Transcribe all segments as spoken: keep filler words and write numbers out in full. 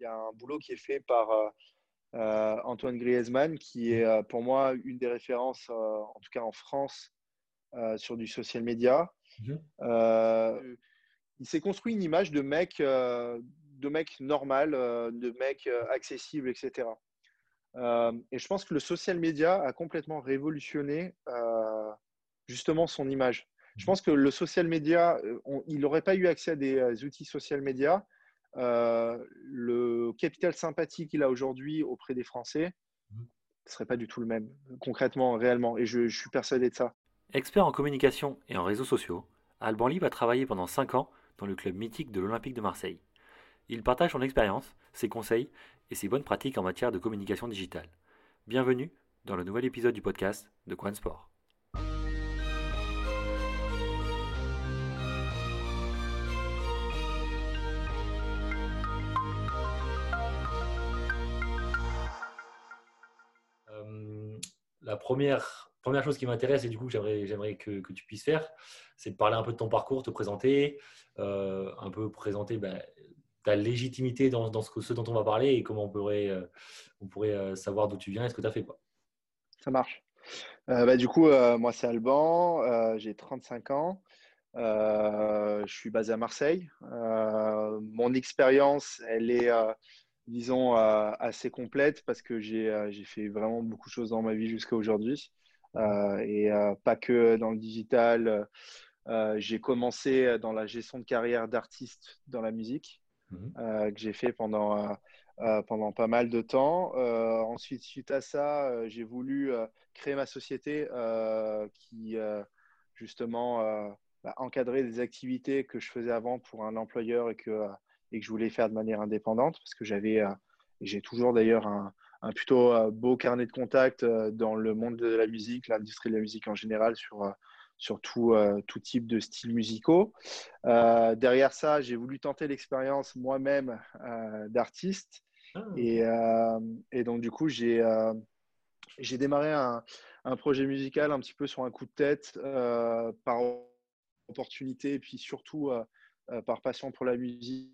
y a un boulot qui est fait par euh, euh, Antoine Griezmann, qui est euh, pour moi une des références, euh, en tout cas en France, euh, sur du social media. Mhm. Euh, il s'est construit une image de mec, euh, de mec normal, euh, de mec euh, accessible, et cetera. Euh, et je pense que le social media a complètement révolutionné euh, justement son image. Je Mhm. pense que le social media, euh, on- il n'aurait pas eu accès à des euh, outils social media. Euh, le capital sympathie qu'il a aujourd'hui auprès des Français Mhm. ne serait pas du tout le même, concrètement, réellement. Et je, je suis persuadé de ça. Expert en communication et en réseaux sociaux, Alban Libre a travaillé pendant cinq ans dans le club mythique de l'Olympique de Marseille. Il partage son expérience, ses conseils et ses bonnes pratiques en matière de communication digitale. Bienvenue dans le nouvel épisode du podcast de Quan Sport. Euh, la première, première chose qui m'intéresse et du coup j'aimerais, j'aimerais que, que tu puisses faire, c'est de parler un peu de ton parcours, te présenter, euh, un peu présenter bah, ta légitimité dans, dans ce, que, ce dont on va parler et comment on pourrait, euh, on pourrait euh, savoir d'où tu viens et ce que tu as fait, quoi. Ça marche. Euh, bah, du coup, euh, moi, c'est Alban, euh, j'ai trente-cinq ans. Euh, je suis basé à Marseille. Euh, mon expérience, elle est, euh, disons, euh, assez complète parce que j'ai euh, j'ai fait vraiment beaucoup de choses dans ma vie jusqu'à aujourd'hui. Mhm. Euh, et euh, pas que dans le digital. Euh, j'ai commencé dans la gestion de carrière d'artiste dans la musique, Mhm. euh, que j'ai fait pendant, euh, euh, pendant pas mal de temps. Euh, ensuite, suite à ça, euh, j'ai voulu euh, créer ma société euh, qui, euh, justement, euh, bah, encadrait des activités que je faisais avant pour un employeur et que, euh, et que je voulais faire de manière indépendante parce que j'avais, euh, et j'ai toujours d'ailleurs un, un plutôt euh, beau carnet de contacts euh, dans le monde de la musique, l'industrie de la musique en général, sur, euh, sur tout, euh, tout type de styles musicaux. Euh, derrière ça, j'ai voulu tenter l'expérience moi-même euh, d'artiste. Ah, ok. Et, euh, et donc, du coup, j'ai euh, j'ai démarré un, un projet musical un petit peu sur un coup de tête, euh, par opportunité, et puis surtout euh, euh, par passion pour la musique,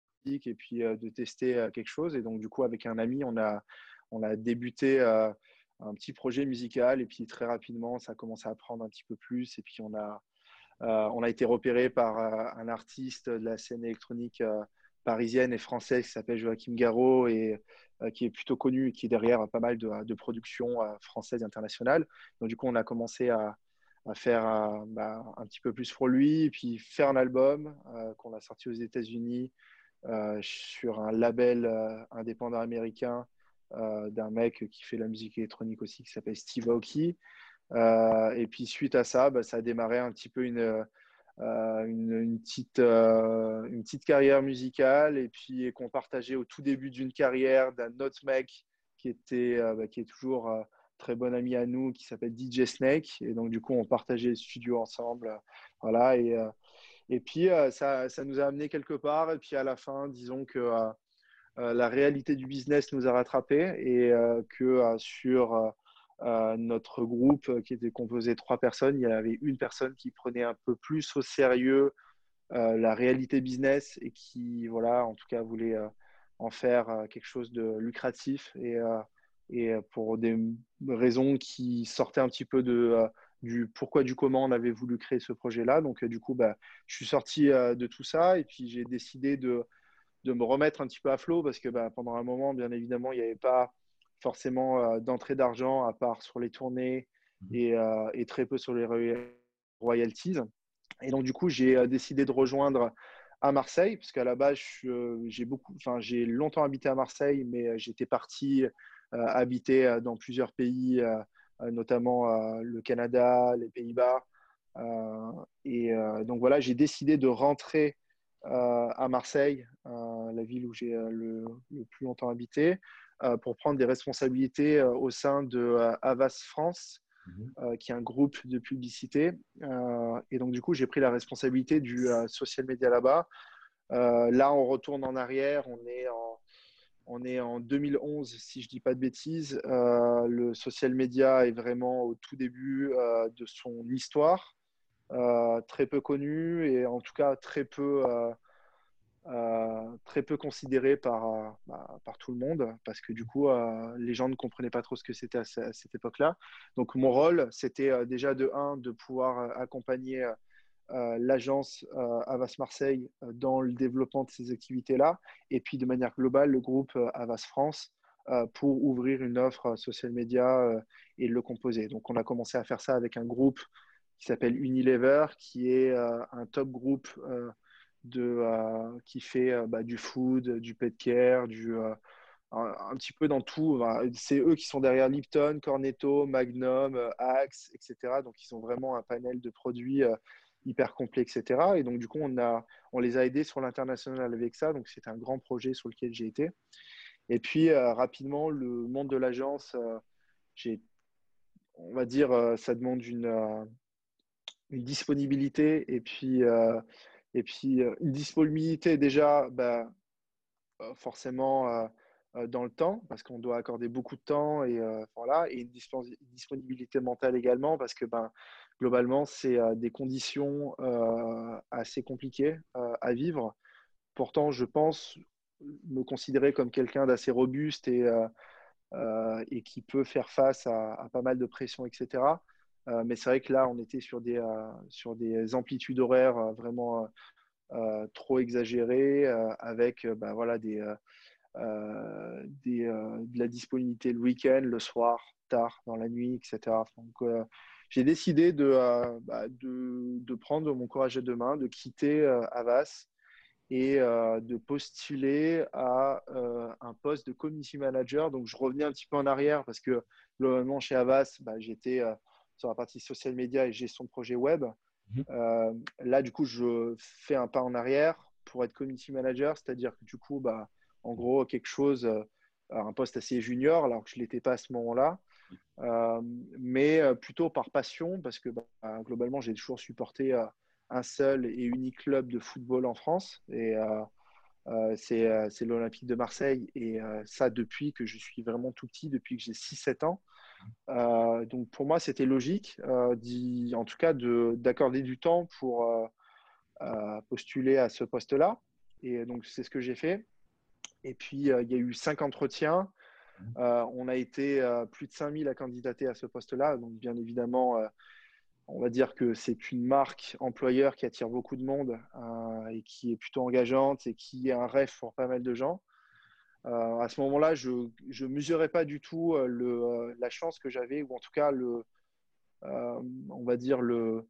et puis euh, de tester euh, quelque chose. Et donc, du coup, avec un ami, on a, on a débuté euh, un petit projet musical. Et puis, très rapidement, ça a commencé à prendre un petit peu plus. Et puis, on a, euh, on a été repéré par euh, un artiste de la scène électronique euh, parisienne et française qui s'appelle Joachim Garraud et euh, qui est plutôt connu et qui est derrière pas mal de, de productions euh, françaises et internationales. Donc, du coup, on a commencé à, à faire euh, bah, un petit peu plus pour lui et puis faire un album euh, qu'on a sorti aux États-Unis euh, sur un label euh, indépendant américain euh, d'un mec qui fait la musique électronique aussi qui s'appelle Steve Aoki. Euh, et puis suite à ça, bah, ça a démarré un petit peu une, euh, une, une petite, euh, une petite carrière musicale et puis qu'on partageait au tout début d'une carrière d'un autre mec qui, était, euh, bah, qui est toujours euh, très bon ami à nous, qui s'appelle D J Snake. Et donc du coup, on partageait le studio ensemble. Euh, voilà, et, euh, et puis euh, ça, ça nous a amené quelque part. Et puis à la fin, disons que euh, euh, la réalité du business nous a rattrapés et euh, que euh, sur euh, euh, notre groupe euh, qui était composé de trois personnes, il y avait une personne qui prenait un peu plus au sérieux euh, la réalité business et qui, voilà, en tout cas, voulait euh, en faire euh, quelque chose de lucratif et, euh, et pour des raisons qui sortaient un petit peu de, euh, du pourquoi, du comment on avait voulu créer ce projet-là. Donc, euh, du coup, bah, je suis sorti euh, de tout ça et puis j'ai décidé de de me remettre un petit peu à flot parce que bah, pendant un moment, bien évidemment, il n'y avait pas forcément euh, d'entrée d'argent à part sur les tournées Mhm. et, euh, et très peu sur les royalties. Et donc, du coup, j'ai euh, décidé de rejoindre à Marseille parce qu'à la base, je, j'ai beaucoup, enfin, j'ai longtemps habité à Marseille, mais euh, j'étais parti euh, habiter euh, dans plusieurs pays, euh, euh, notamment euh, le Canada, les Pays-Bas. Euh, et euh, donc voilà, j'ai décidé de rentrer euh, à Marseille, euh, la ville où j'ai euh, le, le, plus longtemps habité, euh, pour prendre des responsabilités euh, au sein de euh, Havas France, Mhm. euh, qui est un groupe de publicité. Euh, et donc, du coup, j'ai pris la responsabilité du euh, social media là-bas. Euh, là, on retourne en arrière, on est en, on est en deux mille onze, si je ne dis pas de bêtises. Euh, le social media est vraiment au tout début euh, de son histoire, euh, très peu connu et en tout cas très peu... Euh, euh, très peu considéré par, bah, par tout le monde parce que du coup, euh, les gens ne comprenaient pas trop ce que c'était à, ce- à cette époque-là. Donc, mon rôle, c'était euh, déjà de un, de pouvoir euh, accompagner euh, l'agence euh, Havas Marseille euh, dans le développement de ces activités-là et puis de manière globale, le groupe euh, Havas France euh, pour ouvrir une offre euh, social media euh, et le composer. Donc, on a commencé à faire ça avec un groupe qui s'appelle Unilever, qui est euh, un top groupe euh, de, euh, qui fait euh, bah, du food, du pet care, du, euh, un, un petit peu dans tout. Enfin, c'est eux qui sont derrière Lipton, Cornetto, Magnum, euh, Axe, et cetera. Donc, ils ont vraiment un panel de produits euh, hyper complet, et cetera. Et donc, du coup, on, a, on les a aidés sur l'international avec ça. Donc, c'était un grand projet sur lequel j'ai été. Et puis, euh, rapidement, le monde de l'agence, euh, j'ai, on va dire, euh, ça demande une, euh, une disponibilité et puis, euh, et puis euh, une disponibilité déjà bah, euh, forcément euh, euh, dans le temps parce qu'on doit accorder beaucoup de temps et, euh, voilà, et une dispo- disponibilité mentale également parce que ben, globalement, c'est euh, des conditions euh, assez compliquées euh, à vivre. Pourtant, je pense me considérer comme quelqu'un d'assez robuste et, euh, euh, et qui peut faire face à, à pas mal de pression, et cetera. Euh, mais c'est vrai que là, on était sur des, euh, sur des amplitudes horaires euh, vraiment euh, trop exagérées, euh, avec euh, bah, voilà, des, euh, euh, des, euh, de la disponibilité le week-end, le soir, tard, dans la nuit, et cetera. Donc, euh, j'ai décidé de, euh, bah, de, de prendre mon courage à deux mains, de quitter euh, Havas et euh, de postuler à euh, un poste de community manager. Donc, je revenais un petit peu en arrière parce que globalement, chez Havas, bah, j'étais euh, sur la partie social media et gestion de projet web. Mhm. Euh, là, du coup, je fais un pas en arrière pour être community manager, c'est-à-dire que du coup, bah, en gros, quelque chose, euh, un poste assez junior, alors que je ne l'étais pas à ce moment-là. Euh, mais euh, plutôt par passion, parce que bah, globalement, j'ai toujours supporté euh, un seul et unique club de football en France, et euh, euh, c'est euh, c'est l'Olympique de Marseille, et euh, ça depuis que je suis vraiment tout petit, depuis que j'ai six sept ans. Euh, donc pour moi, c'était logique, euh, d'y- en tout cas, de- d'accorder du temps pour euh, euh, postuler à ce poste-là. Et donc, c'est ce que j'ai fait. Et puis, euh, il y a eu cinq entretiens. Euh, on a été euh, plus de cinq mille à candidater à ce poste-là. Donc, bien évidemment, euh, on va dire que c'est une marque employeur qui attire beaucoup de monde euh, et qui est plutôt engageante et qui est un rêve pour pas mal de gens. Euh, à ce moment-là, je ne mesurais pas du tout euh, le, euh, la chance que j'avais, ou en tout cas, le, euh, on va dire, le,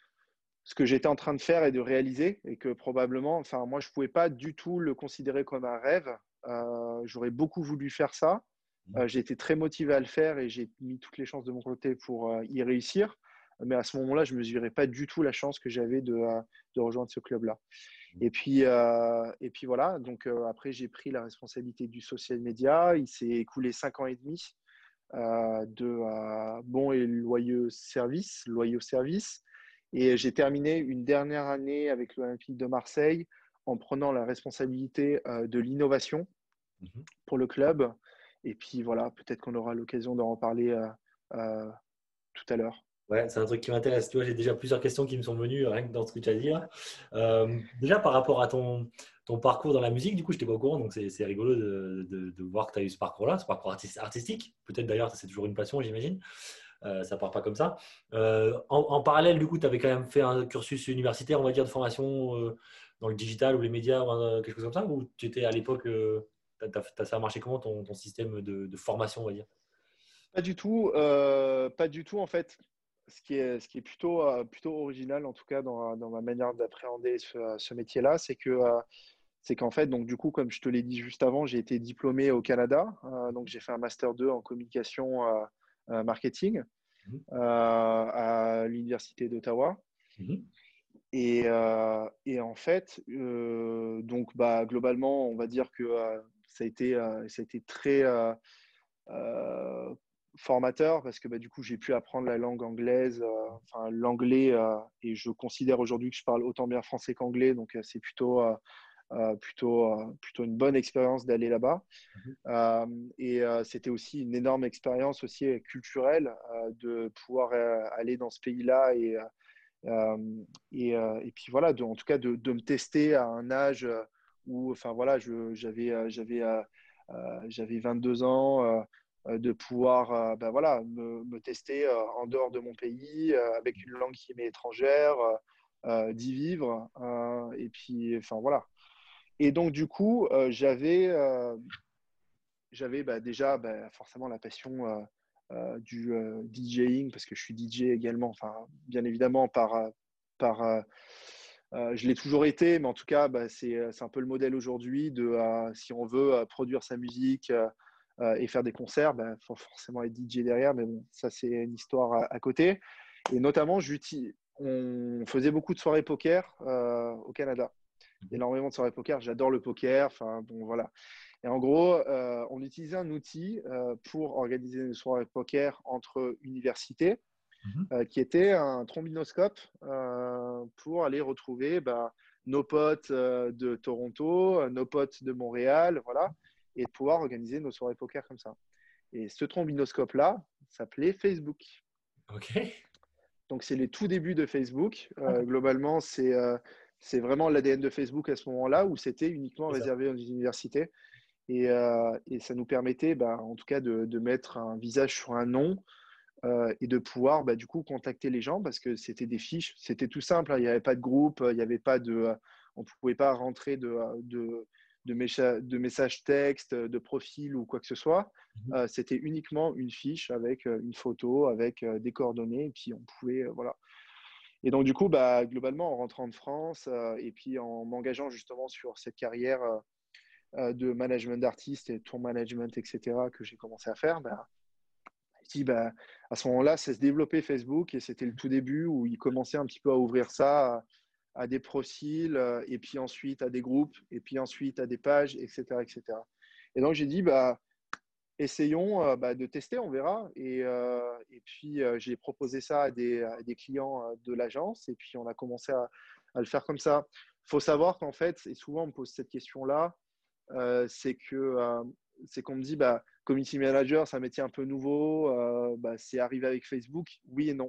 ce que j'étais en train de faire et de réaliser. Et que probablement, enfin, moi, je ne pouvais pas du tout le considérer comme un rêve. Euh, j'aurais beaucoup voulu faire ça. Euh, j'ai été très motivé à le faire et j'ai mis toutes les chances de mon côté pour euh, y réussir. Mais à ce moment-là, je ne mesurais pas du tout la chance que j'avais de, euh, de rejoindre ce club-là. Et puis, euh, et puis voilà, donc euh, après, j'ai pris la responsabilité du social media. Il s'est écoulé cinq ans et demi euh, de euh, bons et loyaux services, loyaux services. Et j'ai terminé une dernière année avec l'Olympique de Marseille en prenant la responsabilité euh, de l'innovation Mhm. pour le club. Et puis voilà, peut-être qu'on aura l'occasion d'en reparler euh, euh, tout à l'heure. Ouais, c'est un truc qui m'intéresse. Tu vois, j'ai déjà plusieurs questions qui me sont venues rien que dans ce que tu as dit là. Euh, déjà, par rapport à ton, ton parcours dans la musique, du coup, je n'étais pas au courant, donc c'est c'est rigolo de, de- de voir que tu as eu ce parcours-là, ce parcours artis- artistique. Peut-être d'ailleurs, c'est toujours une passion, j'imagine. Euh, ça part pas comme ça. Euh, en, en parallèle, du coup, tu avais quand même fait un cursus universitaire, on va dire, de formation euh, dans le digital ou les médias, ou euh, quelque chose comme ça, ou tu étais à l'époque, euh, t'as- t'as- t'as- ça a marché comment ton, ton système de, de formation, on va dire? Pas du tout, euh, pas du tout en fait. Ce qui est, ce qui est plutôt, euh, plutôt original, en tout cas dans, dans ma manière d'appréhender ce, ce métier-là, c'est que, euh, c'est qu'en fait, donc du coup, comme je te l'ai dit juste avant, j'ai été diplômé au Canada. Euh, donc j'ai fait un master deux en communication euh, euh, marketing Mhm. euh, à l'université d'Ottawa. Mhm. Et, euh, et en fait, euh, donc bah, globalement, on va dire que euh, ça a été, euh, ça a été très euh, euh, formateur parce que bah, du coup, j'ai pu apprendre la langue anglaise, euh, enfin l'anglais, euh, et je considère aujourd'hui que je parle autant bien français qu'anglais, donc euh, c'est plutôt, euh, euh, plutôt, euh, plutôt une bonne expérience d'aller là-bas. Mhm. Euh, et euh, c'était aussi une énorme expérience aussi euh, culturelle euh, de pouvoir euh, aller dans ce pays-là et euh, euh, et, euh, et puis voilà, de, en tout cas de, de me tester à un âge euh, où, enfin voilà, je, j'avais, euh, j'avais, euh, euh, j'avais vingt-deux ans, euh, euh, de pouvoir, euh, ben voilà, me, me tester euh, en dehors de mon pays, euh, avec une langue qui m'est étrangère, euh, euh, d'y vivre, euh, et puis, enfin voilà. Et donc du coup, euh, j'avais, euh, j'avais bah, déjà bah, forcément la passion euh, euh, du euh, DJing, parce que je suis D J également, enfin, bien évidemment, par, euh, par, euh, euh, je l'ai toujours été, mais en tout cas, bah, c'est, euh, c'est un peu le modèle aujourd'hui de euh, si on veut euh, produire sa musique euh, euh, et faire des concerts, il bah, faut forcément être D J derrière, mais bon, ça, c'est une histoire à, à côté. Et notamment, on faisait beaucoup de soirées poker euh, au Canada. Énormément de soirées poker. J'adore le poker. Enfin, bon, voilà. Et en gros, euh, on utilisait un outil euh, pour organiser une soirée poker entre universités, Mhm. euh, qui était un trombinoscope euh, pour aller retrouver bah, nos potes euh, de Toronto, euh, nos potes de Montréal, voilà, et de pouvoir organiser nos soirées poker comme ça. Et ce trombinoscope-là s'appelait Facebook. Ok. Donc, c'est les tout débuts de Facebook. Euh, globalement, c'est euh, c'est vraiment l'A D N de Facebook à ce moment-là, où c'était uniquement C'est ça. réservé aux universités. Et, euh, et ça nous permettait, bah, en tout cas, de, de mettre un visage sur un nom euh, et de pouvoir, bah, du coup, contacter les gens parce que c'était des fiches. C'était tout simple, hein. Il n'y avait pas de groupe, il n'y avait pas de, euh, on ne pouvait pas rentrer de, de, de, mécha- de messages texte, de profil ou quoi que ce soit. Mhm. Euh, c'était uniquement une fiche avec euh, une photo, avec euh, des coordonnées, et puis on pouvait, euh, voilà. Et donc, du coup, bah, globalement, en rentrant de France euh, et puis en m'engageant justement sur cette carrière euh, euh, de management d'artistes et tour management, et cetera, que j'ai commencé à faire, bah, je dis, bah, à ce moment-là, ça se développait Facebook et c'était le tout début où ils commençaient un petit peu à ouvrir ça à, à des profils euh, et puis ensuite à des groupes et puis ensuite à des pages, et cetera, et cetera. Et donc, j'ai dit, bah, essayons euh, bah, de tester, on verra. Et, euh, et puis, euh, j'ai proposé ça à des, à des clients euh, de l'agence et puis on a commencé à, à le faire comme ça. Il faut savoir qu'en fait, et souvent on me pose cette question-là, euh, c'est que euh, c'est qu'on me dit bah, community manager, c'est un métier un peu nouveau, euh, bah, c'est arrivé avec Facebook, oui et non.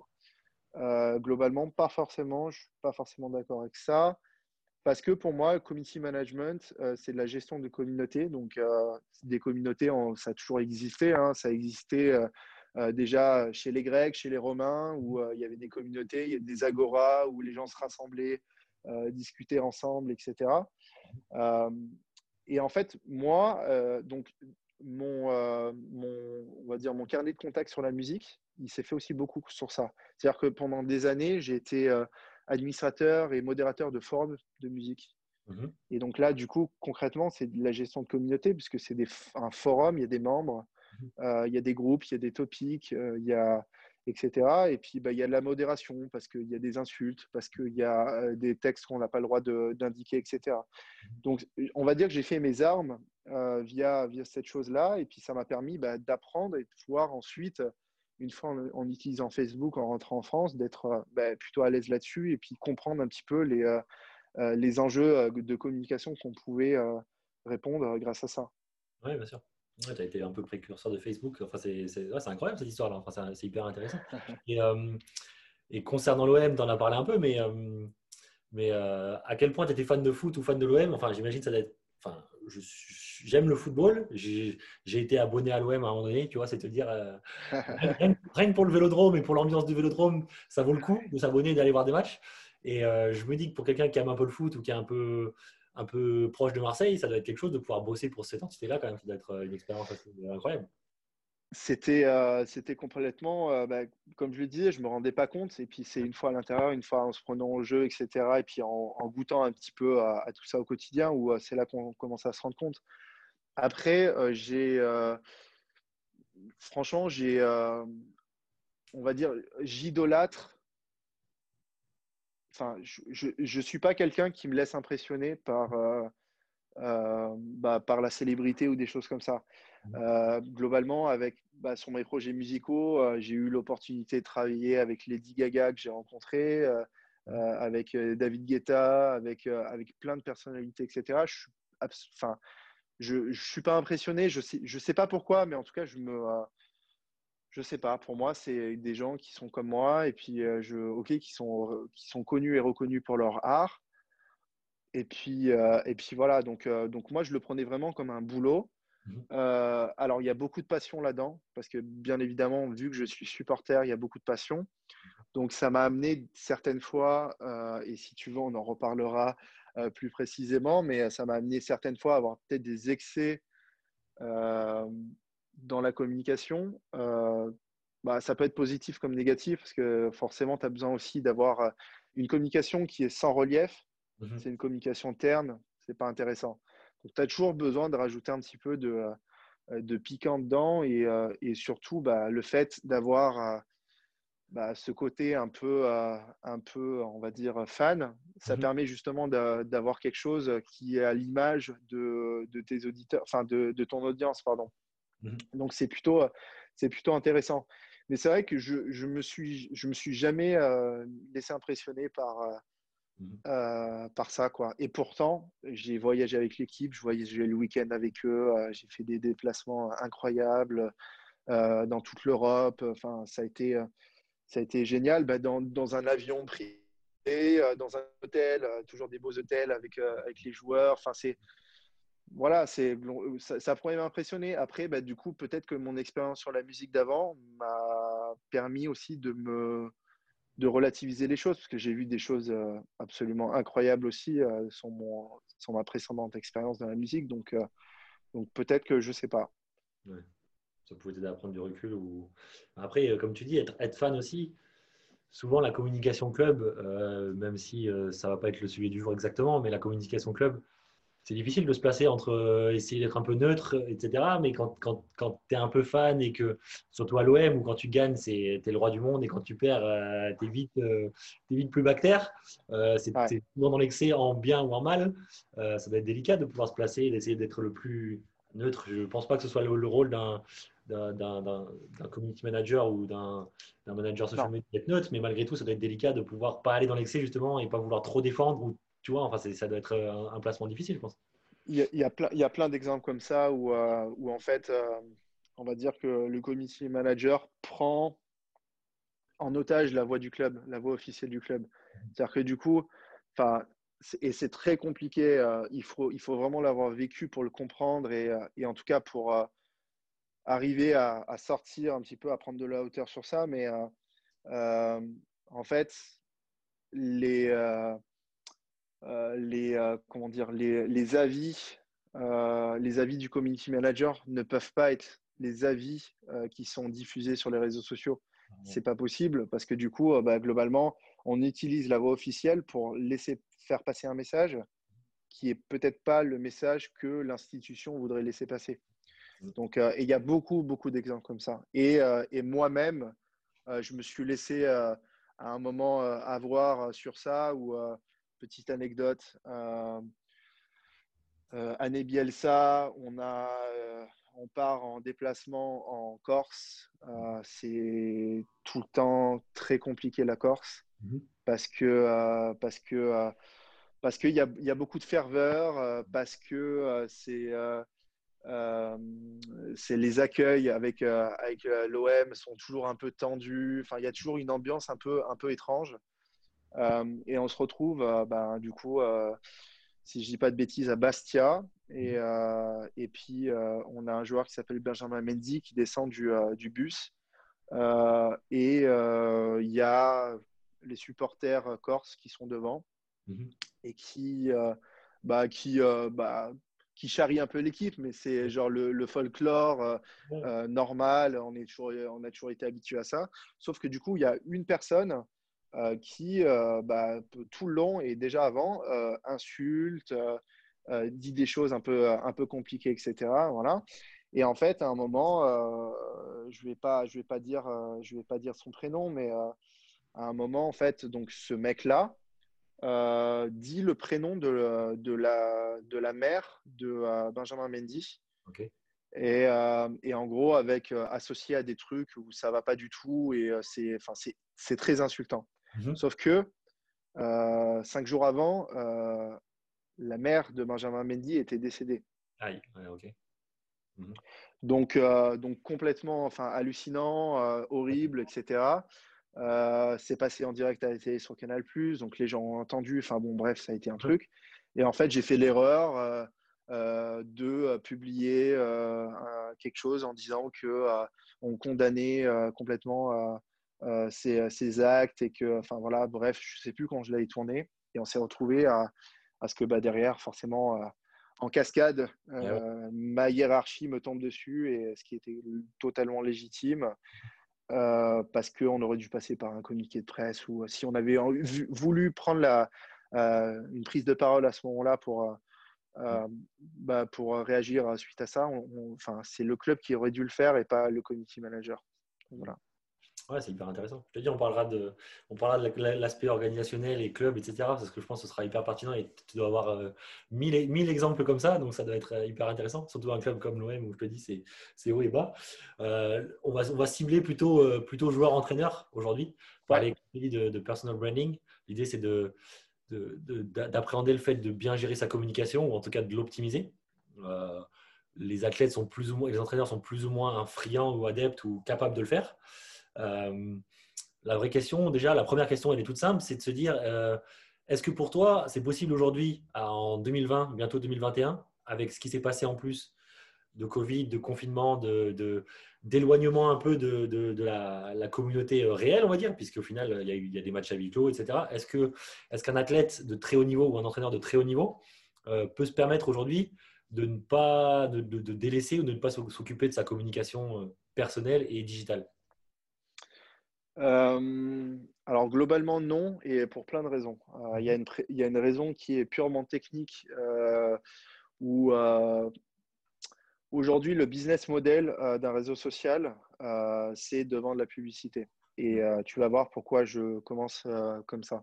Euh, globalement, pas forcément, je suis pas forcément d'accord avec ça. Parce que pour moi, community management, euh, c'est de la gestion de communautés. Donc, euh, des communautés, en- ça a toujours existé, hein. Ça a existé euh, euh, déjà chez les Grecs, chez les Romains, où euh, il y avait des communautés, il y a des agoras où les gens se rassemblaient, euh, discutaient ensemble, et cetera. Euh, et en fait, moi, euh, donc, mon, euh, mon, on va dire mon carnet de contact sur la musique, il s'est fait aussi beaucoup sur ça. C'est-à-dire que pendant des années, j'ai été euh, administrateur et modérateur de forums de musique. Mhm. Et donc là, du coup, concrètement, c'est de la gestion de communauté, puisque c'est des, un forum, il y a des membres, euh, il y a des groupes, il y a des topics, euh, il y a, et cetera. Et puis, bah, il y a de la modération, parce qu'il y a des insultes, parce qu'il y a euh, des textes qu'on n'a pas le droit de, d'indiquer, et cetera. Donc, on va dire que j'ai fait mes armes euh, via, via cette chose-là. Et puis, ça m'a permis bah, d'apprendre et de pouvoir ensuite, une fois en, en utilisant Facebook, en rentrant en France, d'être euh, bah, plutôt à l'aise là-dessus et puis comprendre un petit peu les, euh, euh, les enjeux euh, de communication qu'on pouvait euh, répondre grâce à ça. Oui, bien sûr. Ouais, tu as été un peu précurseur de Facebook. Enfin, c'est c'est- ouais, c'est incroyable cette histoire-là. Enfin, c'est c'est hyper intéressant. Et, euh, et concernant l'O M, tu en as parlé un peu, mais, euh, mais euh, à quel point tu étais fan de foot ou fan de l'O M? Enfin, j'imagine que ça doit être. Enfin, je suis- j'aime le football. J'ai j'ai été abonné à l'O M à un moment donné, tu vois, c'est te dire. euh, rien, que rien que pour le vélodrome et pour l'ambiance du vélodrome, ça vaut le coup de s'abonner et d'aller voir des matchs. Et euh, je me dis que pour quelqu'un qui aime un peu le foot ou qui est un peu, un peu proche de Marseille, ça doit être quelque chose de pouvoir bosser pour cette entité-là quand même. Ça doit être une expérience assez incroyable. C'était euh, c'était complètement, euh, bah, comme je le disais, je ne me rendais pas compte. Et puis, c'est une fois à l'intérieur, une fois en se prenant au jeu, et cetera. Et puis, en, en goûtant un petit peu à, à tout ça au quotidien, où euh, c'est là qu'on commence à se rendre compte. Après, euh, j'ai, euh, franchement, j'ai, euh, on va dire, j'idolâtre. Enfin, je ne suis pas quelqu'un qui me laisse impressionner par, euh, euh, bah, par la célébrité ou des choses comme ça. Euh, globalement, avec, bah, sur mes projets musicaux, euh, j'ai eu l'opportunité de travailler avec Lady Gaga que j'ai rencontré, euh, euh, avec euh, David Guetta, avec, euh, avec plein de personnalités, et cetera. Je suis, enfin, je ne suis pas impressionné, je ne sais, je sais pas pourquoi, mais en tout cas, je me, euh, je sais pas. Pour moi, c'est des gens qui sont comme moi et puis euh, je, ok, qui sont, qui sont connus et reconnus pour leur art. et puis, euh, et puis voilà, donc, euh, donc moi, je le prenais vraiment comme un boulot. Mhm. Euh, alors, il y a beaucoup de passion là-dedans, parce que bien évidemment, vu que je suis supporter, il y a beaucoup de passion. Donc, ça m'a amené certaines fois, euh, et si tu veux, on en reparlera euh, plus précisément, mais ça m'a amené certaines fois à avoir peut-être des excès euh, dans la communication. Euh, bah, ça peut être positif comme négatif, parce que forcément, tu as besoin aussi d'avoir euh, une communication qui est sans relief. Mhm. C'est une communication terne, c'est pas intéressant. Donc, tu as toujours besoin de rajouter un petit peu de, euh, de piquant dedans et, euh, et surtout bah, le fait d'avoir euh, bah, ce côté un peu, euh, un peu, on va dire, fan, ça Mhm. permet justement d'a- d'avoir quelque chose qui est à l'image de, de tes auditeurs, enfin de, de ton audience, pardon. Mhm. Donc c'est plutôt, euh, c'est plutôt intéressant. Mais c'est vrai que je, je me suis, je me suis jamais euh, laissé impressionner par, euh, Mhm. euh, par ça, quoi. Et pourtant, j'ai voyagé avec l'équipe, je voyageais le week-end avec eux, euh, j'ai fait des déplacements incroyables euh, dans toute l'Europe. Enfin, ça a été, euh, ça a été génial. Bah, dans, dans un avion privé, euh, dans un hôtel, euh, toujours des beaux hôtels avec, euh, avec les joueurs. Enfin, c'est, voilà, c'est, ça, ça pourrait m'impressionner. Après, bah, du coup, peut-être que mon expérience sur la musique d'avant m'a permis aussi de me de relativiser les choses, parce que j'ai vu des choses euh, absolument incroyables aussi euh, sur, mon, sur ma précédente expérience dans la musique. Donc, euh, donc peut-être que je sais pas. Ouais. Ça pouvait t'aider à prendre du recul. Ou... Après, euh, comme tu dis, être, être fan aussi, souvent la communication club, euh, même si euh, ça ne va pas être le sujet du jour exactement, mais la communication club, c'est difficile de se placer entre euh, essayer d'être un peu neutre, et cetera. Mais quand, quand, quand tu es un peu fan et que, surtout à l'O M, où quand tu gagnes, tu es le roi du monde et quand tu perds, euh, tu es, vite, euh, t'es vite plus bactère. Euh, c'est Ouais. c'est souvent dans l'excès, en bien ou en mal. Euh, ça doit être délicat de pouvoir se placer et d'essayer d'être le plus neutre. Je ne pense pas que ce soit le, le rôle d'un d'un community manager ou d'un manager social Non, media d'être neutre, mais malgré tout, ça doit être délicat de pouvoir pas aller dans l'excès justement et pas vouloir trop défendre ou tu vois, enfin, ça doit être un, un placement difficile, je pense. il y a, il y a plein, il y a plein d'exemples comme ça où, euh, où en fait, euh, on va dire que le community manager prend en otage la voix du club, la voix officielle du club. C'est-à-dire que du coup, enfin, et c'est très compliqué. Euh, il faut, il faut vraiment l'avoir vécu pour le comprendre et, euh, et en tout cas pour euh, arriver à, à, sortir un petit peu, à prendre de la hauteur sur ça. Mais euh, euh, en fait, les, euh, euh, les, euh, comment dire, les, les avis, euh, les avis du community manager ne peuvent pas être les avis euh, qui sont diffusés sur les réseaux sociaux. C'est pas possible parce que du coup, euh, bah, globalement, on utilise la voix officielle pour laisser faire passer un message qui est peut-être pas le message que l'institution voudrait laisser passer. Donc, euh, et il y a beaucoup, beaucoup d'exemples comme ça. Et, euh, et moi-même, euh, je me suis laissé euh, à un moment euh, avoir sur ça ou euh, petite anecdote. Euh, euh, année Bielsa, on, a, euh, on part en déplacement en Corse. Euh, c'est tout le temps très compliqué la Corse Mhm. parce que euh, parce que euh, parce qu'il y a, y a beaucoup de ferveur, euh, parce que euh, c'est euh, euh, c'est les accueils avec, euh, avec euh, l'O M sont toujours un peu tendus. Enfin, il y a toujours une ambiance un peu, un peu étrange. Euh, et on se retrouve, euh, ben, du coup, euh, si je dis pas de bêtises, à Bastia. Et, Mhm. euh, et puis, euh, on a un joueur qui s'appelle Benjamin Mendy qui descend du, euh, du bus. Euh, et euh, il y a les supporters corses qui sont devant Mhm. et qui, euh, bah, qui, euh, bah, qui charrie un peu l'équipe, mais c'est genre le, le folklore euh, Ouais. euh, normal. On, est toujours, on a toujours été habitué à ça. Sauf que du coup, il y a une personne euh, qui, euh, bah, tout le long et déjà avant, euh, insulte, euh, euh, dit des choses un peu, un peu compliquées, et cetera. Voilà. Et en fait, à un moment, euh, je vais pas, je vais pas dire, euh, je vais pas dire son prénom, mais euh, à un moment, en fait, donc ce mec-là, euh, dit le prénom de, de, la, de la mère de euh, Benjamin Mendy. Ok. Et, euh, et en gros, avec euh, associé à des trucs où ça va pas du tout et euh, c'est, enfin, c'est, c'est très insultant. Mhm. Sauf que euh, cinq jours avant, euh, la mère de Benjamin Mendy était décédée. Aïe, ouais, ok. Mhm. Donc, euh, donc complètement, enfin, hallucinant, euh, horrible, et cetera. Euh, c'est passé en direct à la télé sur Canal+, donc les gens ont entendu. Enfin bon, bref, ça a été un truc. et en fait, j'ai fait l'erreur euh, euh, de euh, publier euh, un- quelque chose en disant que euh, on condamnait euh, complètement euh, euh, ces, ces actes et que, enfin voilà, bref, je sais plus quand je l'avais tourné et on s'est retrouvé à, à ce que bah, derrière, forcément, euh, en cascade, Ah ouais. euh, ma hiérarchie me tombe dessus et ce qui était totalement légitime. Euh, parce qu'on aurait dû passer par un communiqué de presse ou si on avait en- vu- voulu prendre la, euh, une prise de parole à ce moment-là pour, euh, euh, bah, pour réagir suite à ça, on- on- enfin, c'est le club qui aurait dû le faire et pas le community manager. Voilà. Ouais, c'est hyper intéressant. Je te dis, on parlera de, on parlera de la- l'aspect organisationnel et club, et cetera. Parce que je pense que ce sera hyper pertinent et tu dois avoir euh, mille, mille exemples comme ça. Donc, ça doit être euh, hyper intéressant. Surtout un club comme l'O M où je te dis, c'est, c'est haut et bas. Euh, on va, on va cibler plutôt, euh, plutôt joueur-entraîneur aujourd'hui. Ouais. Parler comme tu dis, de, de personal branding. L'idée, c'est de, de- de- d'appréhender le fait de bien gérer sa communication ou en tout cas de l'optimiser. Euh, les athlètes sont plus ou moins, les entraîneurs sont plus ou moins friands ou adeptes ou capables de le faire. Euh, la vraie question, déjà, la première question, elle est toute simple, c'est de se dire, euh, est-ce que pour toi, c'est possible aujourd'hui, en deux mille vingt, bientôt deux mille vingt et un, avec ce qui s'est passé en plus de Covid, de confinement, de, de- d'éloignement un peu de, de- de la, la communauté euh, réelle, on va dire, puisqu'au final, il y a, eu, il y a des matchs à huis clos, et cetera. Est-ce que, est-ce qu'un athlète de très haut niveau ou un entraîneur de très haut niveau euh, peut se permettre aujourd'hui de ne pas de, de- de délaisser ou de ne pas s'occuper de sa communication euh, personnelle et digitale? Euh, alors globalement non, et pour plein de raisons. Euh, Il y a Mhm. une, pré- il y a une raison qui est purement technique, euh, où euh, aujourd'hui le business model euh, d'un réseau social, euh, c'est de vendre la publicité. Et euh, tu vas voir pourquoi je commence euh, comme ça.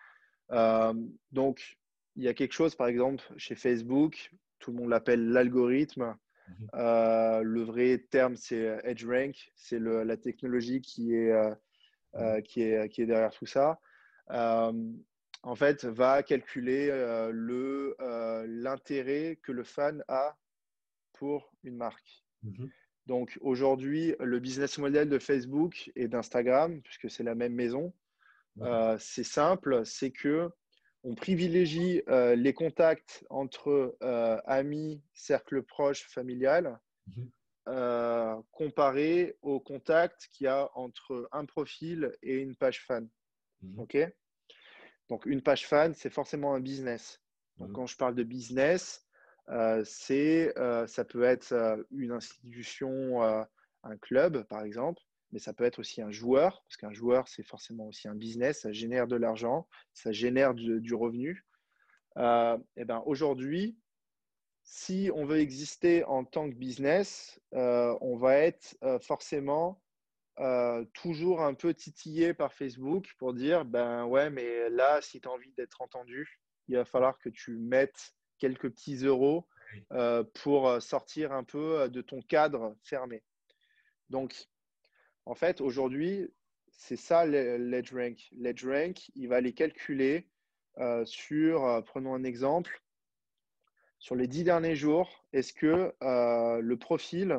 Euh, donc, il y a quelque chose, par exemple, chez Facebook, tout le monde l'appelle l'algorithme. Mhm. Euh, le vrai terme, c'est EdgeRank, c'est le- la technologie qui est, euh, Mhm. euh, qui est, qui est derrière tout ça. Euh, en fait, va calculer euh, le, euh, l'intérêt que le fan a pour une marque. Mhm. Donc aujourd'hui, le business model de Facebook et d'Instagram, puisque c'est la même maison, Mhm. euh, c'est simple, c'est que on privilégie euh, les contacts entre euh, amis, cercle proche, familial, Mhm. euh, comparé aux contacts qu'il y a entre un profil et une page fan. Mhm. OK? Donc, une page fan, c'est forcément un business. Donc, Mhm. quand je parle de business, euh, c'est, euh, ça peut être euh, une institution, euh, un club, par exemple, mais ça peut être aussi un joueur, parce qu'un joueur, c'est forcément aussi un business, ça génère de l'argent, ça génère du, du revenu. Euh, et ben, aujourd'hui, si on veut exister en tant que business, euh, on va être euh, forcément euh, toujours un peu titillé par Facebook pour dire, ben ouais, mais là, si tu as envie d'être entendu, il va falloir que tu mettes quelques petits euros euh, pour sortir un peu de ton cadre fermé. Donc, en fait, aujourd'hui, c'est ça l'EdgeRank. L'EdgeRank, il va les calculer euh, sur, euh, prenons un exemple, sur les dix derniers jours, est-ce que euh, le profil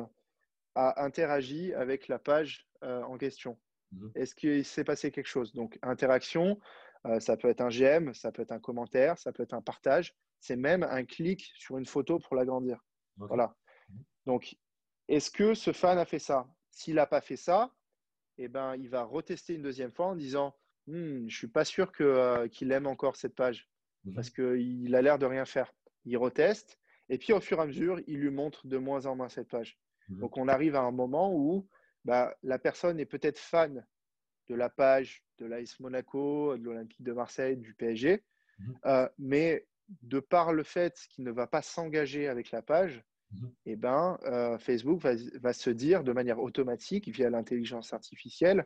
a interagi avec la page euh, en question? Mhm. Est-ce qu'il s'est passé quelque chose? Donc, interaction, euh, ça peut être un j'aime, ça peut être un commentaire, ça peut être un partage, c'est même un clic sur une photo pour l'agrandir. Ok. Voilà. Mhm. Donc, est-ce que ce fan a fait ça? S'il n'a pas fait ça, eh ben, il va retester une deuxième fois en disant hmm, je ne suis pas sûr que, euh, qu'il aime encore cette page parce Mhm. qu'il a l'air de rien faire. Il reteste et puis au fur et à mesure, il lui montre de moins en moins cette page. Mhm. Donc, on arrive à un moment où bah, la personne est peut-être fan de la page de l'A S Monaco, de l'Olympique de Marseille, du P S G. Mhm. Euh, mais de par le fait qu'il ne va pas s'engager avec la page, Mhm. eh ben, euh, Facebook va, va, se dire de manière automatique via l'intelligence artificielle,